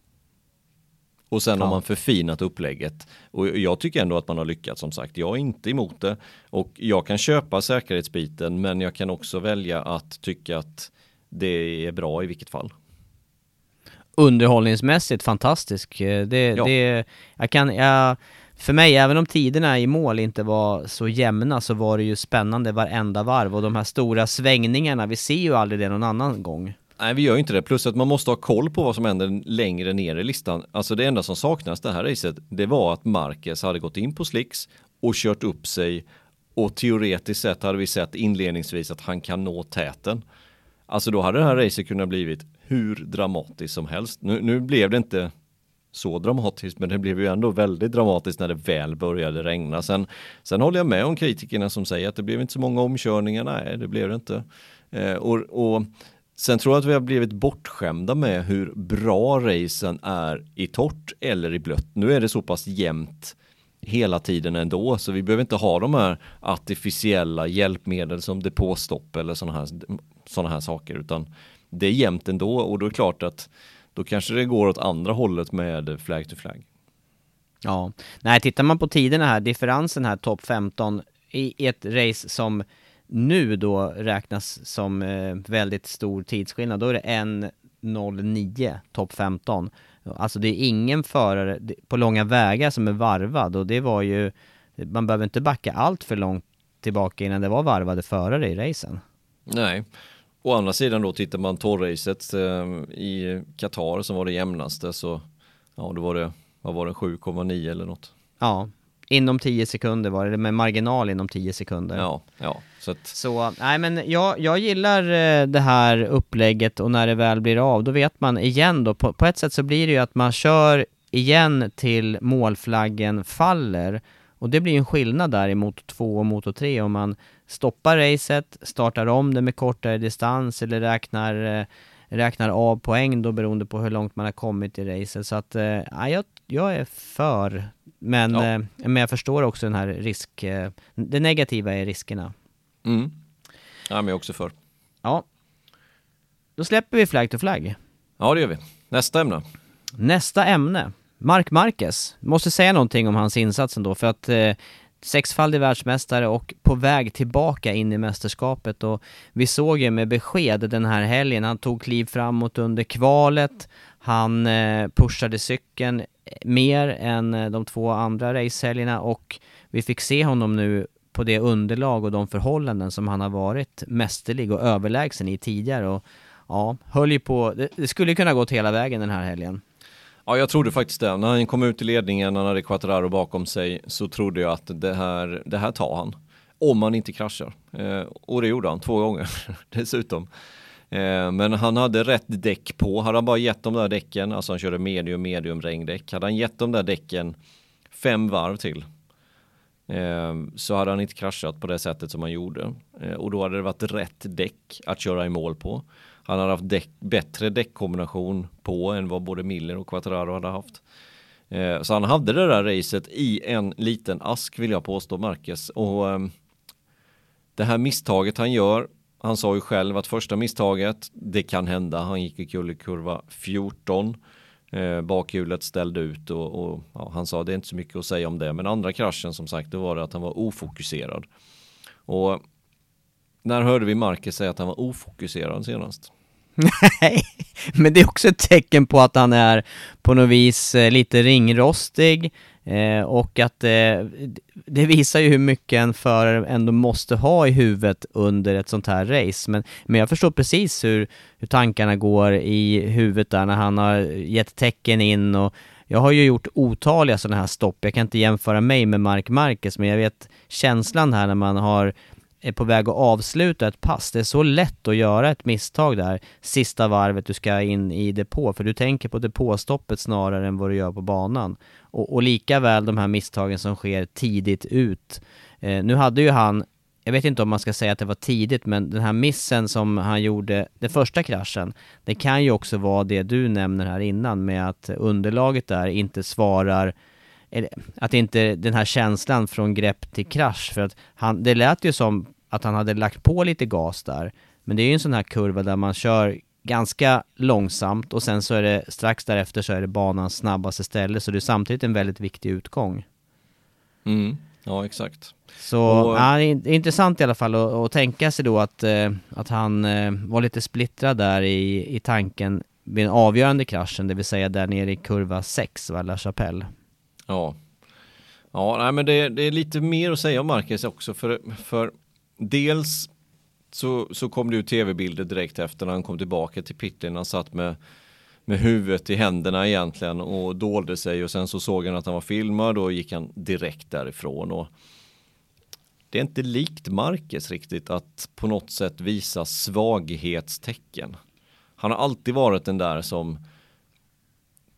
Speaker 7: Och sen ja. har man förfinat upplägget. Och jag tycker ändå att man har lyckats, som sagt. Jag är inte emot det. Och jag kan köpa säkerhetsbiten, men jag kan också välja att tycka att det är bra i vilket fall.
Speaker 6: Underhållningsmässigt fantastisk. Det,
Speaker 7: ja.
Speaker 6: det, jag kan... Jag... För mig, även om tiderna i mål inte var så jämna, så var det ju spännande varenda varv. Och de här stora svängningarna, vi ser ju aldrig det någon annan gång.
Speaker 7: Nej, vi gör ju inte det. Plus att man måste ha koll på vad som händer längre ner i listan. Alltså det enda som saknas det här racet, det var att Marquez hade gått in på slicks och kört upp sig. Och teoretiskt sett hade vi sett inledningsvis att han kan nå täten. Alltså då hade det här racet kunnat blivit hur dramatiskt som helst. Nu, nu blev det inte så dramatiskt, men det blev ju ändå väldigt dramatiskt när det väl började regna. Sen, sen håller jag med om kritikerna som säger att det blev inte så många omkörningar. Nej, det blev det inte. Eh, och, och sen tror jag att vi har blivit bortskämda med hur bra racen är i torrt eller i blött. Nu är det så pass jämnt hela tiden ändå, så vi behöver inte ha de här artificiella hjälpmedel som depåstopp eller sådana här, såna här saker, utan det är jämnt ändå, och då är det klart att då kanske det går åt andra hållet med flag to flag.
Speaker 6: Ja, nej, tittar man på tiderna här, differensen här topp femton i ett race som nu då räknas som eh, väldigt stor tidsskillnad, då är det en noll nio topp femton. Alltså det är ingen förare på långa vägar som är varvad, och det var ju, man behöver inte backa allt för långt tillbaka innan det var varvade förare i racen.
Speaker 7: Nej. Å andra sidan då, tittar man torrracet eh, i Qatar som var det jämnaste, så ja, då var det, vad var det, sju komma nio eller något.
Speaker 6: Ja, inom tio sekunder var det, med marginal inom tio sekunder.
Speaker 7: Ja, ja. Så, att...
Speaker 6: så nej, men jag, jag gillar eh, det här upplägget, och när det väl blir av, då vet man igen då, på, på ett sätt så blir det ju att man kör igen till målflaggen faller. Och det blir ju en skillnad där i motor två och motor tre om man stoppar racet, startar om det med kortare distans eller räknar, eh, räknar av poäng då beroende på hur långt man har kommit i racet. Så att eh, jag, jag är för, men, ja. eh, men jag förstår också den här risk, eh, det negativa är riskerna.
Speaker 7: Mm. Ja, men jag är också för.
Speaker 6: Ja. Då släpper vi flag to flag.
Speaker 7: Ja, det gör vi. Nästa ämne.
Speaker 6: Nästa ämne. Marc Marquez. Måste säga någonting om hans insats ändå, för att eh, sexfaldig världsmästare och på väg tillbaka in i mästerskapet, och vi såg ju med besked den här helgen, han tog kliv framåt under kvalet, han eh, pushade cykeln mer än eh, de två andra racehelgerna, och vi fick se honom nu på det underlag och de förhållanden som han har varit mästerlig och överlägsen i tidigare, och ja, höll ju på, det, det skulle kunna gått hela vägen den här helgen.
Speaker 7: Ja, jag trodde faktiskt det. När han kom ut i ledningen, han hade Quartararo bakom sig, så trodde jag att det här, det här tar han. Om han inte kraschar. Eh, och det gjorde han två gånger dessutom. Eh, men han hade rätt däck på. Hade han bara gett de där däcken, alltså han körde medium, medium regndäck. Hade han gett de där däcken fem varv till, eh, så hade han inte kraschat på det sättet som han gjorde. Eh, och då hade det varit rätt däck att köra i mål på. Han hade haft däck, bättre däckkombination på än vad både Miller och Quartararo hade haft. Eh, så han hade det där racet i en liten ask, vill jag påstå, Marquez. Och eh, det här misstaget han gör, han sa ju själv att första misstaget, det kan hända. Han gick i kurva fjorton. Eh, bakhjulet ställde ut och, och ja, han sa det är inte så mycket att säga om det. Men andra kraschen, som sagt, det var det att han var ofokuserad. Och när hörde vi Marquez säga att han var ofokuserad senast?
Speaker 6: Nej, men det är också ett tecken på att han är på något vis eh, lite ringrostig, eh, och att eh, det visar ju hur mycket en förare ändå måste ha i huvudet under ett sånt här race. Men, men jag förstår precis hur, hur tankarna går i huvudet där när han har gett tecken in, och jag har ju gjort otaliga sådana här stopp. Jag kan inte jämföra mig med Marc Marquez, men jag vet känslan här när man har är på väg att avsluta ett pass. Det är så lätt att göra ett misstag där sista varvet du ska in i depå, för du tänker på depåstoppet snarare än vad du gör på banan. Och, och lika väl de här misstagen som sker tidigt ut. Eh, nu hade ju han, jag vet inte om man ska säga att det var tidigt, men den här missen som han gjorde, den första kraschen, det kan ju också vara det du nämner här innan med att underlaget där inte svarar, att inte den här känslan från grepp till krasch, för att han, det lät ju som att han hade lagt på lite gas där, men det är ju en sån här kurva där man kör ganska långsamt och sen så är det strax därefter så är det banans snabbaste ställe, så det är samtidigt en väldigt viktig utgång.
Speaker 7: Mm. Ja, exakt.
Speaker 6: Så och, ja, det är intressant i alla fall att, att tänka sig då att, eh, att han eh, var lite splittrad där i, i tanken vid den avgörande kraschen, det vill säga där nere i kurva sex, va, La Chapelle.
Speaker 7: Ja, ja nej, men det, det är lite mer att säga om Marquez också, för, för dels så, så kom det ju tv-bilder direkt efter när han kom tillbaka till pitten. Han satt med, med huvudet i händerna egentligen och dolde sig, och sen så såg han att han var filmad och gick han direkt därifrån. Och det är inte likt Marquez riktigt att på något sätt visa svaghetstecken. Han har alltid varit den där som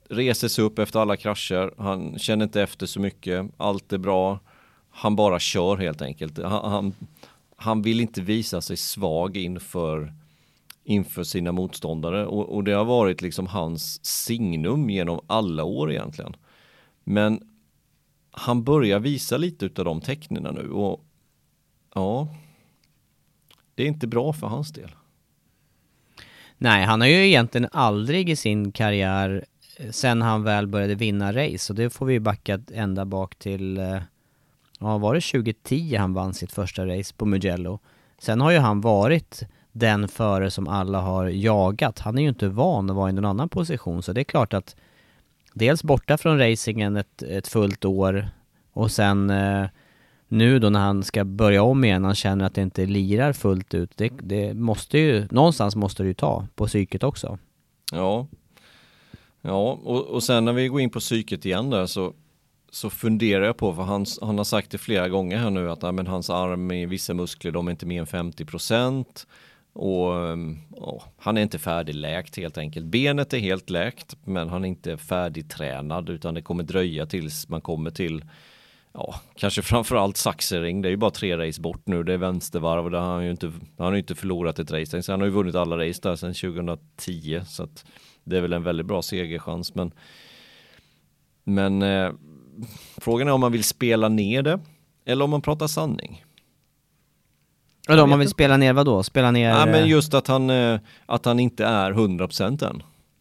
Speaker 7: reser sig upp efter alla krascher. Han känner inte efter så mycket. Allt är bra. Han bara kör helt enkelt. Han, han, han vill inte visa sig svag inför, inför sina motståndare. Och, och det har varit liksom hans signum genom alla år egentligen. Men han börjar visa lite utav de tecknen nu. Och ja, det är inte bra för hans del.
Speaker 6: Nej, han har ju egentligen aldrig i sin karriär sen han väl började vinna race, och det får vi backa ända bak till, ja, var det tjugo tio han vann sitt första race på Mugello. Sen har ju han varit den förare som alla har jagat. Han är ju inte van att vara i någon annan position, så det är klart att dels borta från racingen ett, ett fullt år, och sen eh, nu då när han ska börja om igen, han känner att det inte lirar fullt ut. Det, det måste ju, någonstans måste det ju ta på psyket också.
Speaker 7: Ja, ja och, och sen när vi går in på psyket igen där så, så funderar jag på, för han, han har sagt det flera gånger här nu att ja, men hans arm i vissa muskler, de är inte mer än femtio procent. Och oh, han är inte färdigläkt helt enkelt. Benet är helt läkt, men han är inte färdigtränad, utan det kommer dröja tills man kommer till, ja, kanske framförallt Sachsenring. Det är ju bara tre race bort nu. Det är vänstervarv och där har han ju inte, han har ju inte förlorat ett race. Så han har ju vunnit alla race där sedan tjugo tio, så att det är väl en väldigt bra segerchans. Men, men eh, frågan är om man vill spela ner det eller om man pratar sanning.
Speaker 6: Och då, om man vill spela ner vad då? Spela ner...
Speaker 7: Ja, men just att han, att han inte är hundra procent än.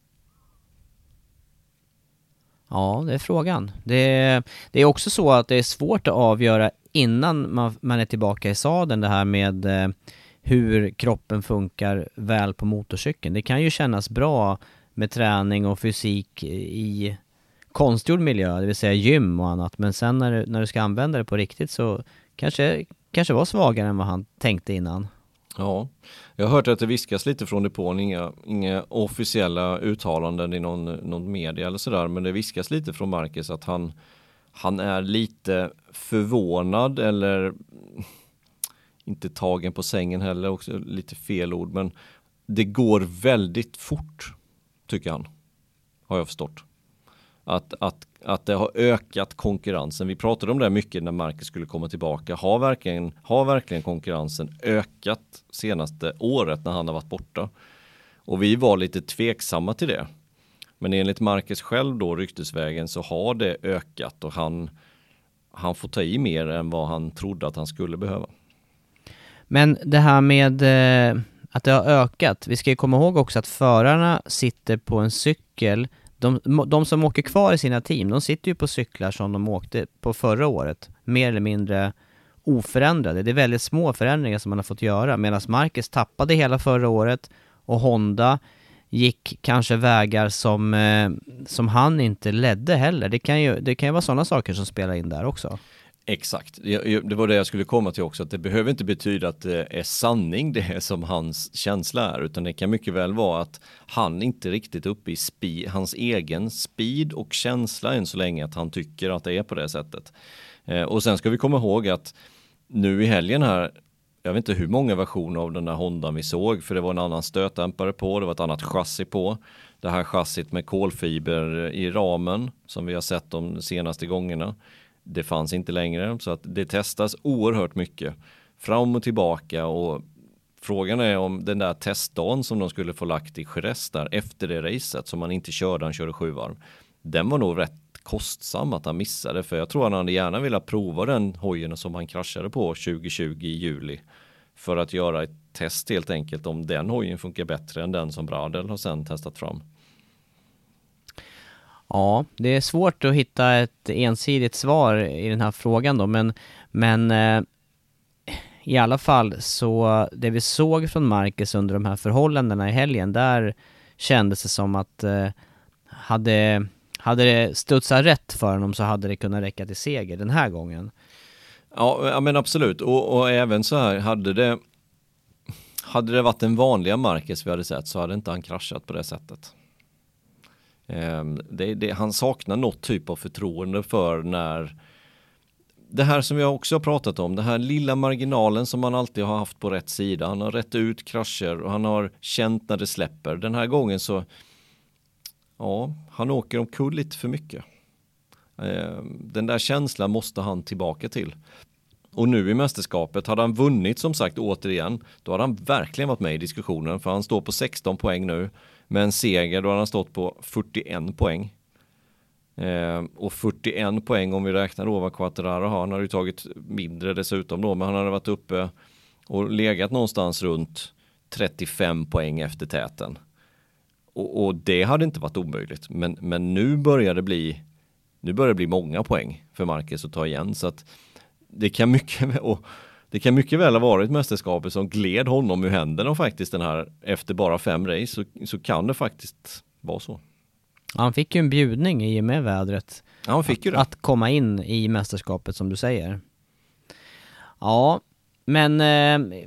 Speaker 6: Ja, det är frågan. Det, det är också så att det är svårt att avgöra innan man, man är tillbaka i sadeln, det här med eh, hur kroppen funkar väl på motorcykeln. Det kan ju kännas bra med träning och fysik i konstgjord miljö, det vill säga gym och annat. Men sen när du, när du ska använda det på riktigt så kanske... kanske var svagare än vad han tänkte innan.
Speaker 7: Ja, jag har hört att det viskas lite från depån, inga, inga officiella uttalanden i någon, någon media eller sådär, men det viskas lite från Marcus att han, han är lite förvånad, eller inte tagen på sängen heller, också lite fel ord, men det går väldigt fort, tycker han, har jag förstått. Att, att, att det har ökat konkurrensen. Vi pratade om det mycket när Marcus skulle komma tillbaka. Har verkligen, har verkligen konkurrensen ökat senaste året när han har varit borta? Och vi var lite tveksamma till det. Men enligt Marcus själv då, ryktesvägen, så har det ökat och han, han får ta i mer än vad han trodde att han skulle behöva.
Speaker 6: Men det här med eh, att det har ökat. Vi ska ju komma ihåg också att förarna sitter på en cykel. De, de som åker kvar i sina team, de sitter ju på cyklar som de åkte på förra året. Mer eller mindre oförändrade. Det är väldigt små förändringar som man har fått göra. Medan Marcus tappade hela förra året och Honda gick kanske vägar som, eh, som han inte ledde heller. Det kan ju, det kan ju vara sådana saker som spelar in där också.
Speaker 7: Exakt, det var det jag skulle komma till också, att det behöver inte betyda att det är sanning det är som hans känsla är, utan det kan mycket väl vara att han inte riktigt uppe i speed, hans egen speed och känsla än så länge, att han tycker att det är på det sättet. Eh, och sen ska vi komma ihåg att nu i helgen här, jag vet inte hur många versioner av den där Hondan vi såg, för det var en annan stötdämpare på, det var ett annat chassi på. Det här chassit med kolfiber i ramen som vi har sett de senaste gångerna. Det fanns inte längre, så att det testas oerhört mycket fram och tillbaka, och frågan är om den där testdagen som de skulle få lagt i Jerez där efter det racet som man inte körde, han körde sju varv, den var nog rätt kostsam att han missade, för jag tror han hade gärna velat prova den hojen som han kraschade på tjugo tjugo i juli för att göra ett test helt enkelt om den hojen funkar bättre än den som Bradel har sen testat fram.
Speaker 6: Ja, det är svårt att hitta ett ensidigt svar i den här frågan då, men, men eh, i alla fall så det vi såg från Marcus under de här förhållandena i helgen, där kändes det som att eh, hade, hade det studsat rätt för honom så hade det kunnat räcka till seger den här gången.
Speaker 7: Ja, men absolut, och, och även så här, hade det hade det varit en vanliga Marcus vi hade sett, så hade inte han kraschat på det sättet. Det, det, han saknar något typ av förtroende för när det här som jag också har pratat om, det här lilla marginalen som han alltid har haft på rätt sida. Han har rätt ut krascher och han har känt när det släpper. Den här gången så ja, han åker omkull lite för mycket. Eh, den där känslan måste han tillbaka till. Och nu i mästerskapet, hade han vunnit som sagt återigen, då hade han verkligen varit med i diskussionen. För han står på sexton poäng nu. Med en seger, då hade han stått på fyrtioen poäng. Eh, och fyrtioen poäng om vi räknar då vad Quartararo har. Han hade ju tagit mindre dessutom då, men han hade varit uppe och legat någonstans runt trettiofem poäng efter täten. Och, och det hade inte varit omöjligt. Men, men nu börjar det bli nu börjar det bli många poäng för Marquez att ta igen. Så att det kan mycket, och det kan mycket väl ha varit mästerskapet som gled honom ur händerna faktiskt den här efter bara fem race. Så, så kan det faktiskt vara så.
Speaker 6: Han fick ju en bjudning i och med vädret.
Speaker 7: Ja, han fick ju det.
Speaker 6: Att komma in i mästerskapet som du säger. Ja, men eh,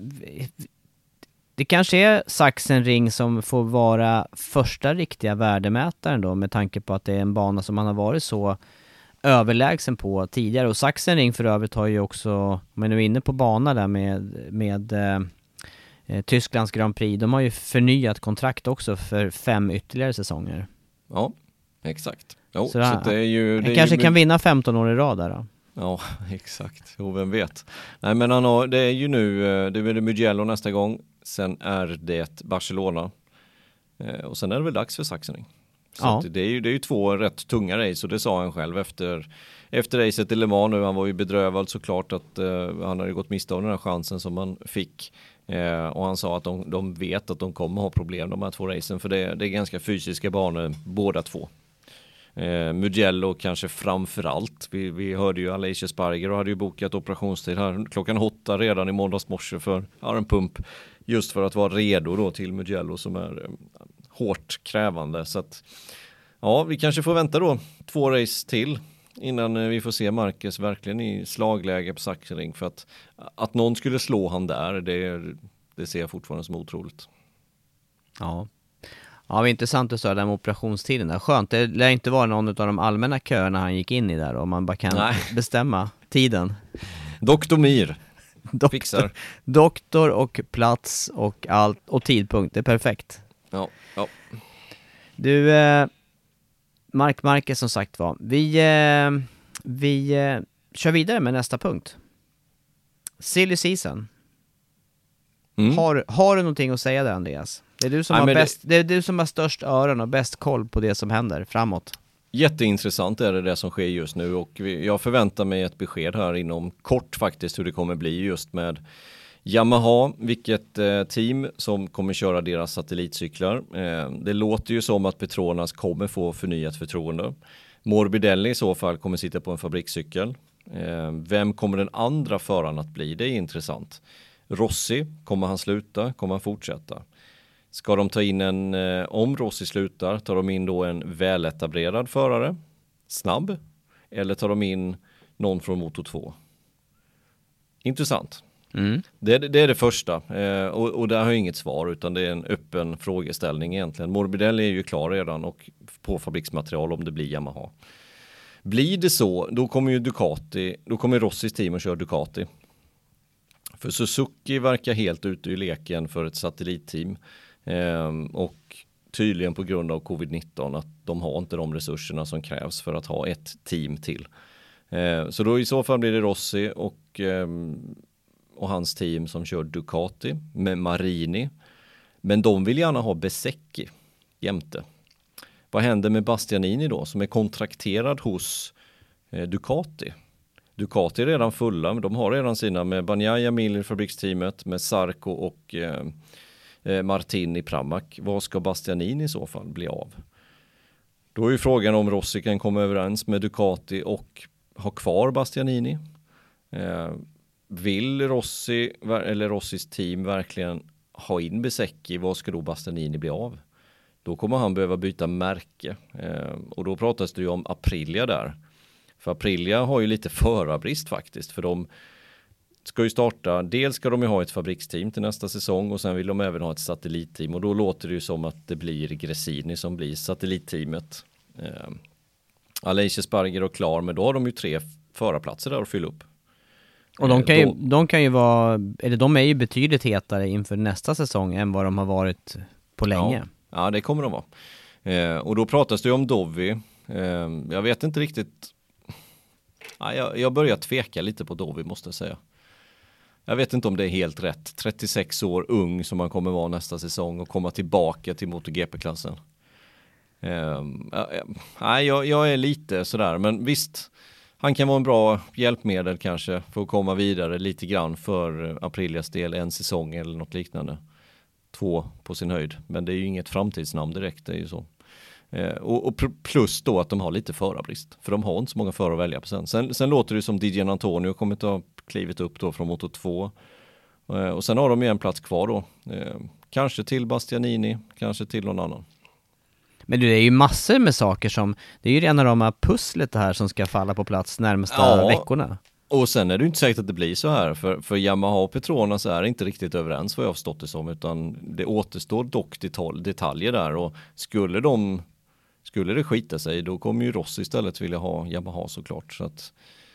Speaker 6: det kanske är Sachsenring som får vara första riktiga värdemätaren då, med tanke på att det är en bana som han har varit så överlägsen på tidigare. Och Sachsenring för övrigt har ju också, om man nu är inne på bana där med, med eh, Tysklands Grand Prix, de har ju förnyat kontrakt också för fem ytterligare säsonger.
Speaker 7: Ja, exakt. Jo,
Speaker 6: så, så
Speaker 7: det är ju, det är
Speaker 6: kanske
Speaker 7: ju...
Speaker 6: kan vinna femton år i rad där då.
Speaker 7: Ja, exakt. Jo, vem vet. Nej, men han har, det är ju nu, det är det Mugello nästa gång. Sen är det Barcelona. Eh, och sen är det väl dags för Sachsenring. Så
Speaker 6: ja.
Speaker 7: det, är ju, det är ju två rätt tunga race, och det sa han själv efter, efter racet i Le Mans nu. Han var ju bedrövad såklart att eh, han hade gått miste av den här chansen som han fick. Eh, och han sa att de, de vet att de kommer ha problem de här två racen, för det, det är ganska fysiska banor båda två. Eh, Mugello kanske framförallt. Vi, vi hörde ju Aleix Espargaro hade ju bokat operationstid här klockan åtta redan i måndags morse för armpump, just för att vara redo då till Mugello som är eh, hårt krävande. Så att ja, vi kanske får vänta då två race till innan eh, vi får se Marquez verkligen i slagläge på Sachsenring, för att att någon skulle slå han där, det, det ser jag fortfarande som otroligt.
Speaker 6: Ja. Ja, det var intressant att säga det med operationstiden där. Skönt, det lär inte vara någon av de allmänna köerna han gick in i där, om man bara kan Nej. bestämma tiden.
Speaker 7: Doktor Mir
Speaker 6: doktor,
Speaker 7: fixar.
Speaker 6: Doktor och plats och allt och tidpunkt, det är perfekt.
Speaker 7: Ja, ja.
Speaker 6: Du, eh, Marc Marquez som sagt var. Vi, eh, vi eh, kör vidare med nästa punkt. Silly season. Mm. Har, har du någonting att säga där, Andreas? Det är du som, Nej, har, bäst, det... Det är du som har störst öron och bäst koll på det som händer framåt.
Speaker 7: Jätteintressant är det, det som sker just nu, och vi, jag förväntar mig ett besked här inom kort faktiskt hur det kommer bli just med Yamaha, vilket eh, team som kommer köra deras satellitcyklar. Eh, det låter ju som att Petronas kommer få förnyat förtroende. Morbidelli i så fall kommer sitta på en fabrikscykel. Eh, vem kommer den andra föraren att bli? Det är intressant. Rossi, kommer han sluta? Kommer han fortsätta? Ska de ta in en, eh, om Rossi slutar, tar de in då en väletablerad förare, snabb, eller tar de in någon från Moto två? Intressant.
Speaker 6: Mm.
Speaker 7: Det, det är det första, eh, och, och där har jag inget svar, utan det är en öppen frågeställning egentligen. Morbidelli är ju klar redan och på fabriksmaterial om det blir Yamaha. Blir det så, då kommer ju Ducati, då kommer Rossis team att köra Ducati. För Suzuki verkar helt ute i leken för ett satellitteam. Eh, och tydligen på grund av covid nitton att de har inte de resurserna som krävs för att ha ett team till. Eh, så då i så fall blir det Rossi och, eh, och hans team som kör Ducati med Marini. Men de vill gärna ha Bezzecchi jämte. Vad händer med Bastianini då, som är kontrakterad hos eh, Ducati? Ducati är redan fulla, men de har redan sina med Bagnaia Miller fabriksteamet, med Sarko och eh, eh, Martin i Pramac. Vad ska Bastianini i så fall bli av? Då är ju frågan om Rossi kan komma överens med Ducati och ha kvar Bastianini. Eh, vill Rossi eller Rossis team verkligen ha in Bezzecchi? Vad ska då Bastianini bli av? Då kommer han behöva byta märke. Eh, och då pratas det ju om Aprilia där. För Aprilia har ju lite förarbrist faktiskt, för de ska ju starta, dels ska de ju ha ett fabriksteam till nästa säsong och sen vill de även ha ett satellitteam, och då låter det ju som att det blir Gresini som blir satellitteamet. Eh, Aleix Espargaro och klar, men då har de ju tre förarplatser där att fylla upp.
Speaker 6: Och de kan, ju, då, de kan ju vara, eller de är ju betydligt hetare inför nästa säsong än vad de har varit på länge.
Speaker 7: Ja, ja det kommer de vara. Eh, och då pratas det ju om Dovi. Eh, jag vet inte riktigt. Ja, jag, jag börjar tveka lite på Dovi, måste jag säga. Jag vet inte om det är helt rätt. trettiosex år ung som man kommer vara nästa säsong och komma tillbaka till MotoGP-klassen. Eh, nej, jag, jag är lite sådär, men visst, han kan vara en bra hjälpmedel kanske för att komma vidare lite grann för Aprilias del, en säsong eller något liknande. Två på sin höjd, men det är ju inget framtidsnamn direkt, det är ju så. Eh, och, och plus då att de har lite förarbrist, för de har inte så många förare att välja på sen. Sen, sen låter det som D J Antonio kommer att ha klivit upp då från Moto två. Eh, och sen har de ju en plats kvar då. Eh, kanske till Bastianini, kanske till någon annan.
Speaker 6: Men det är ju massor med saker som, det är ju redan de här pusslet här som ska falla på plats närmsta
Speaker 7: ja,
Speaker 6: veckorna.
Speaker 7: Och sen är det ju inte säkert att det blir så här, för, för Yamaha och Petronas är inte riktigt överens vad jag har förstått det som, utan det återstår dock detalj, detaljer där, och skulle de skulle det skita sig, då kommer ju Rossi istället vilja ha Yamaha såklart, så att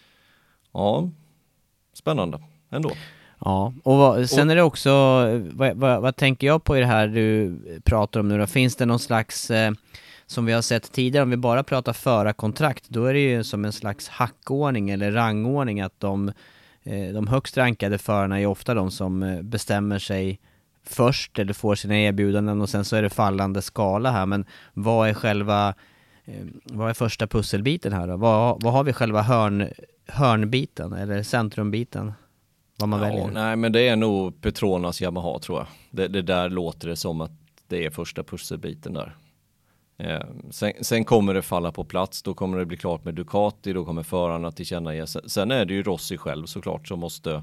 Speaker 7: ja, spännande ändå.
Speaker 6: Ja, och vad, sen är det också, vad, vad, vad tänker jag på i det här du pratar om nu då? Finns det någon slags, eh, som vi har sett tidigare, om vi bara pratar förarkontrakt, då är det ju som en slags hackordning eller rangordning, att de, eh, de högst rankade förarna är ofta de som bestämmer sig först eller får sina erbjudanden, och sen så är det fallande skala här. Men vad är själva, eh, vad är första pusselbiten här då? Vad, vad har vi själva hörn, hörnbiten eller centrumbiten? Vad man
Speaker 7: ja,
Speaker 6: väljer?
Speaker 7: Nej, men det är nog Petronas Yamaha, tror jag. Det, det där låter det som att det är första pusselbiten där. Eh, sen, sen kommer det falla på plats, då kommer det bli klart med Ducati, då kommer förarna tillkännage. Sen, sen är det ju Rossi själv såklart som måste,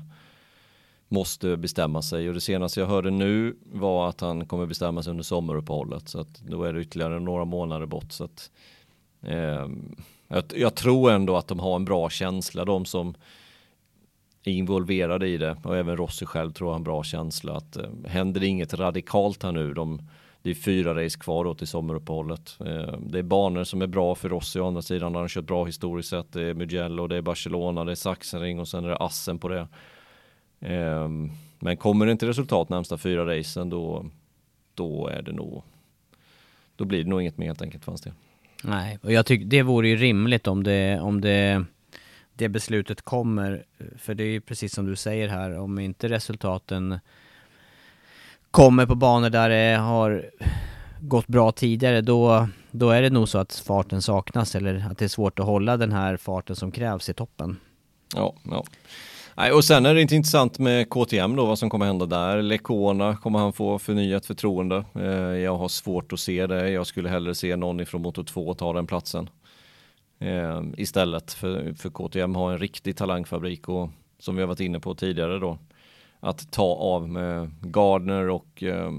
Speaker 7: måste bestämma sig, och det senaste jag hörde nu var att han kommer bestämma sig under sommaruppehållet, så att då är det ytterligare några månader bort. Så att, eh, jag, jag tror ändå att de har en bra känsla, de som är involverade i det, och även Rossi själv tror jag har en bra känsla att eh, händer det inget radikalt här nu, de, det är fyra race kvar då till sommaruppehållet. Eh, det är banor som är bra för Rossi, å andra sidan har han kört bra historiskt sett, det är Mugello, det är Barcelona, det är Sachsenring och sen är det Assen på det. Eh, men kommer det inte resultat närmsta fyra racen, då, då är det nog, då blir det nog inget mer helt enkelt, fanns det.
Speaker 6: Nej, och jag tycker det vore ju rimligt om det, om det det beslutet kommer, för det är ju precis som du säger här, om inte resultaten kommer på banor där det har gått bra tidigare, då, då är det nog så att farten saknas, eller att det är svårt att hålla den här farten som krävs i toppen.
Speaker 7: Ja, ja. Nej, och sen är det inte intressant med K T M då, vad som kommer hända där. Lecona, kommer han få förnyat förtroende? Eh, jag har svårt att se det. Jag skulle hellre se någon ifrån Moto två ta den platsen. Eh, istället för, för K T M har en riktig talangfabrik, och som vi har varit inne på tidigare då, att ta av med Gardner och eh,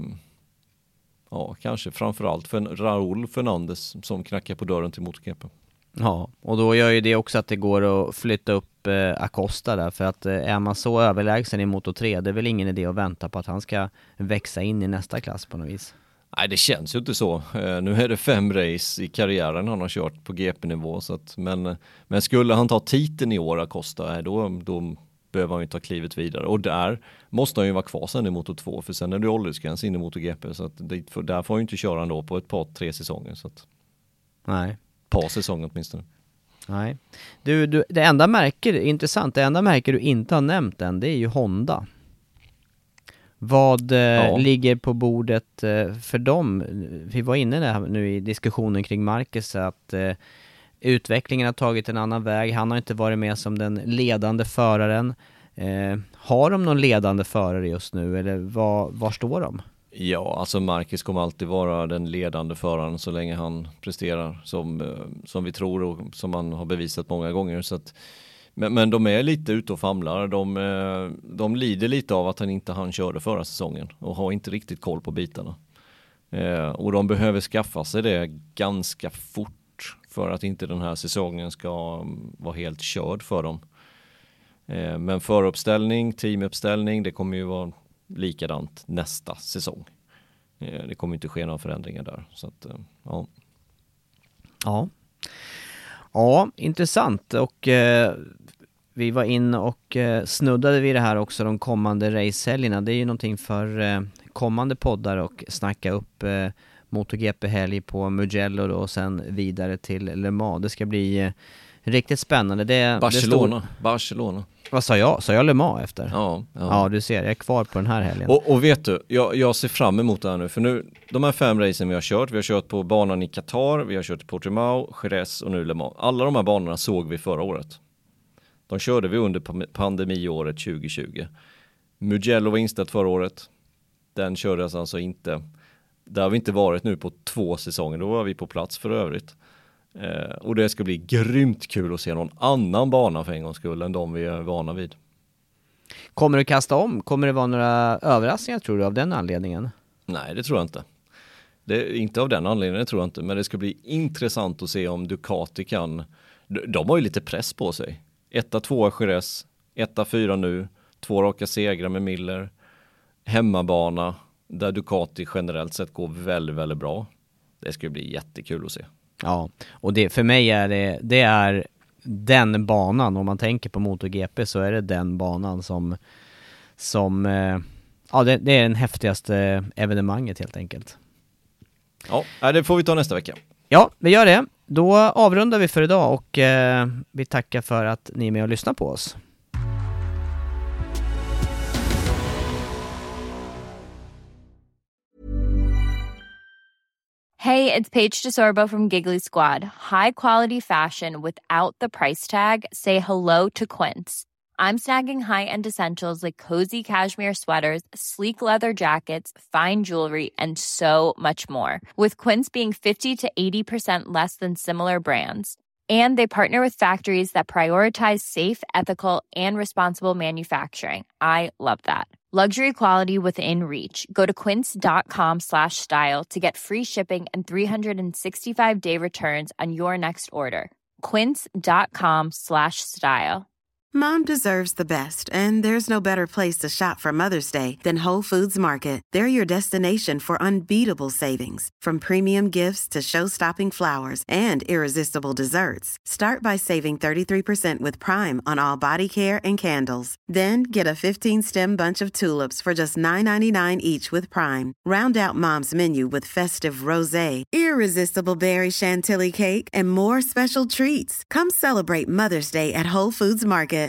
Speaker 7: ja, kanske framförallt för Raúl Fernandez som knackar på dörren till MotoGP.
Speaker 6: Ja, och då gör ju det också att det går att flytta upp eh, Acosta där, för att eh, är man så överlägsen i Moto tre, det är väl ingen idé att vänta på att han ska växa in i nästa klass på något vis.
Speaker 7: Nej, det känns ju inte så. Uh, nu är det fem race i karriären han har kört på G P-nivå. Så att, men, men skulle han ta titeln i år, Acosta, då, då behöver han ju ta klivet vidare. Och där måste han ju vara kvar sen i Moto två, för sen är det åldersgräns in i MotoGP. Så att det, för där får han ju inte köra ändå på ett par, tre säsonger. Så att,
Speaker 6: nej.
Speaker 7: Par säsonger åtminstone.
Speaker 6: Nej. Du, du, det enda märker, intressant, det enda märker du inte har nämnt än, det är ju Honda. Vad eh, ja. ligger på bordet eh, för dem? Vi var inne nu i diskussionen kring Marquez, att eh, utvecklingen har tagit en annan väg. Han har inte varit med som den ledande föraren. Eh, har de någon ledande förare just nu, eller var, var står de?
Speaker 7: Ja, alltså Marquez kommer alltid vara den ledande föraren så länge han presterar som, som vi tror och som man har bevisat många gånger. Så att, men, men de är lite ute och famlar. De, de lider lite av att han inte hann köra förra säsongen och har inte riktigt koll på bitarna. Eh, och de behöver skaffa sig det ganska fort för att inte den här säsongen ska vara helt körd för dem. Eh, men föruppställning, teamuppställning, det kommer ju vara likadant nästa säsong. Eh, det kommer inte ske några förändringar där. Så att, eh, ja.
Speaker 6: Ja. Ja, intressant. Och eh, vi var in och eh, snuddade vid det här också, de kommande racehelgerna. Det är ju någonting för eh, kommande poddar och snacka upp eh, MotoGP-helg på Mugello då, och sen vidare till Le Mans. Det ska bli eh, riktigt spännande. Det,
Speaker 7: Barcelona.
Speaker 6: Det stod...
Speaker 7: Barcelona.
Speaker 6: Vad sa jag? Sa jag Le Mans efter?
Speaker 7: Ja, ja.
Speaker 6: Ja, du ser, jag är kvar på den här helgen.
Speaker 7: Och, och vet du, jag, jag ser fram emot det här nu. För nu, de här fem racen vi har kört, vi har kört på banan i Qatar, vi har kört i Portimao, Jerez och nu Le Mans. Alla de här banorna såg vi förra året. De körde vi under pandemiåret tjugo tjugo. Mugello var inställt förra året. Den kördes alltså inte. Där har vi inte varit nu på två säsonger. Då var vi på plats för övrigt. Eh, och det ska bli grymt kul att se någon annan bana för en gångs skull än de vi är vana vid.
Speaker 6: Kommer du kasta om? Kommer det vara några överraskningar tror du av den anledningen?
Speaker 7: Nej, det tror jag inte. Det är inte av den anledningen, tror jag inte. Men det ska bli intressant att se om Ducati kan... De har ju lite press på sig. Etta, tvåa Jerez, etta, fyra nu, två raka segrar med Miller, hemmabana där Ducati generellt sett går väldigt, väldigt bra. Det ska bli jättekul att se.
Speaker 6: Ja, och det, för mig är det, det är den banan, om man tänker på MotoGP så är det den banan som, som eh, ja det, det är den häftigaste evenemanget helt enkelt.
Speaker 7: Ja, det får vi ta nästa vecka.
Speaker 6: Ja, vi gör det. Då avrundar vi för idag och eh, vi tackar för att ni är med och lyssnar på oss.
Speaker 9: Hey, it's Paige DeSorbo from Giggly Squad. High quality fashion without the price tag. Say hello to Quince. I'm snagging high-end essentials like cozy cashmere sweaters, sleek leather jackets, fine jewelry, and so much more. With Quince being fifty to eighty percent less than similar brands. And they partner with factories that prioritize safe, ethical, and responsible manufacturing. I love that. Luxury quality within reach. Go to quince.com slash style to get free shipping and three sixty-five day returns on your next order. Quince.com slash style.
Speaker 10: Mom deserves the best, and there's no better place to shop for Mother's Day than Whole Foods Market. They're your destination for unbeatable savings, from premium gifts to show-stopping flowers and irresistible desserts. Start by saving thirty-three percent with Prime on all body care and candles. Then get a fifteen-stem bunch of tulips for just nine ninety-nine each with Prime. Round out Mom's menu with festive rosé, irresistible berry chantilly cake, and more special treats. Come celebrate Mother's Day at Whole Foods Market.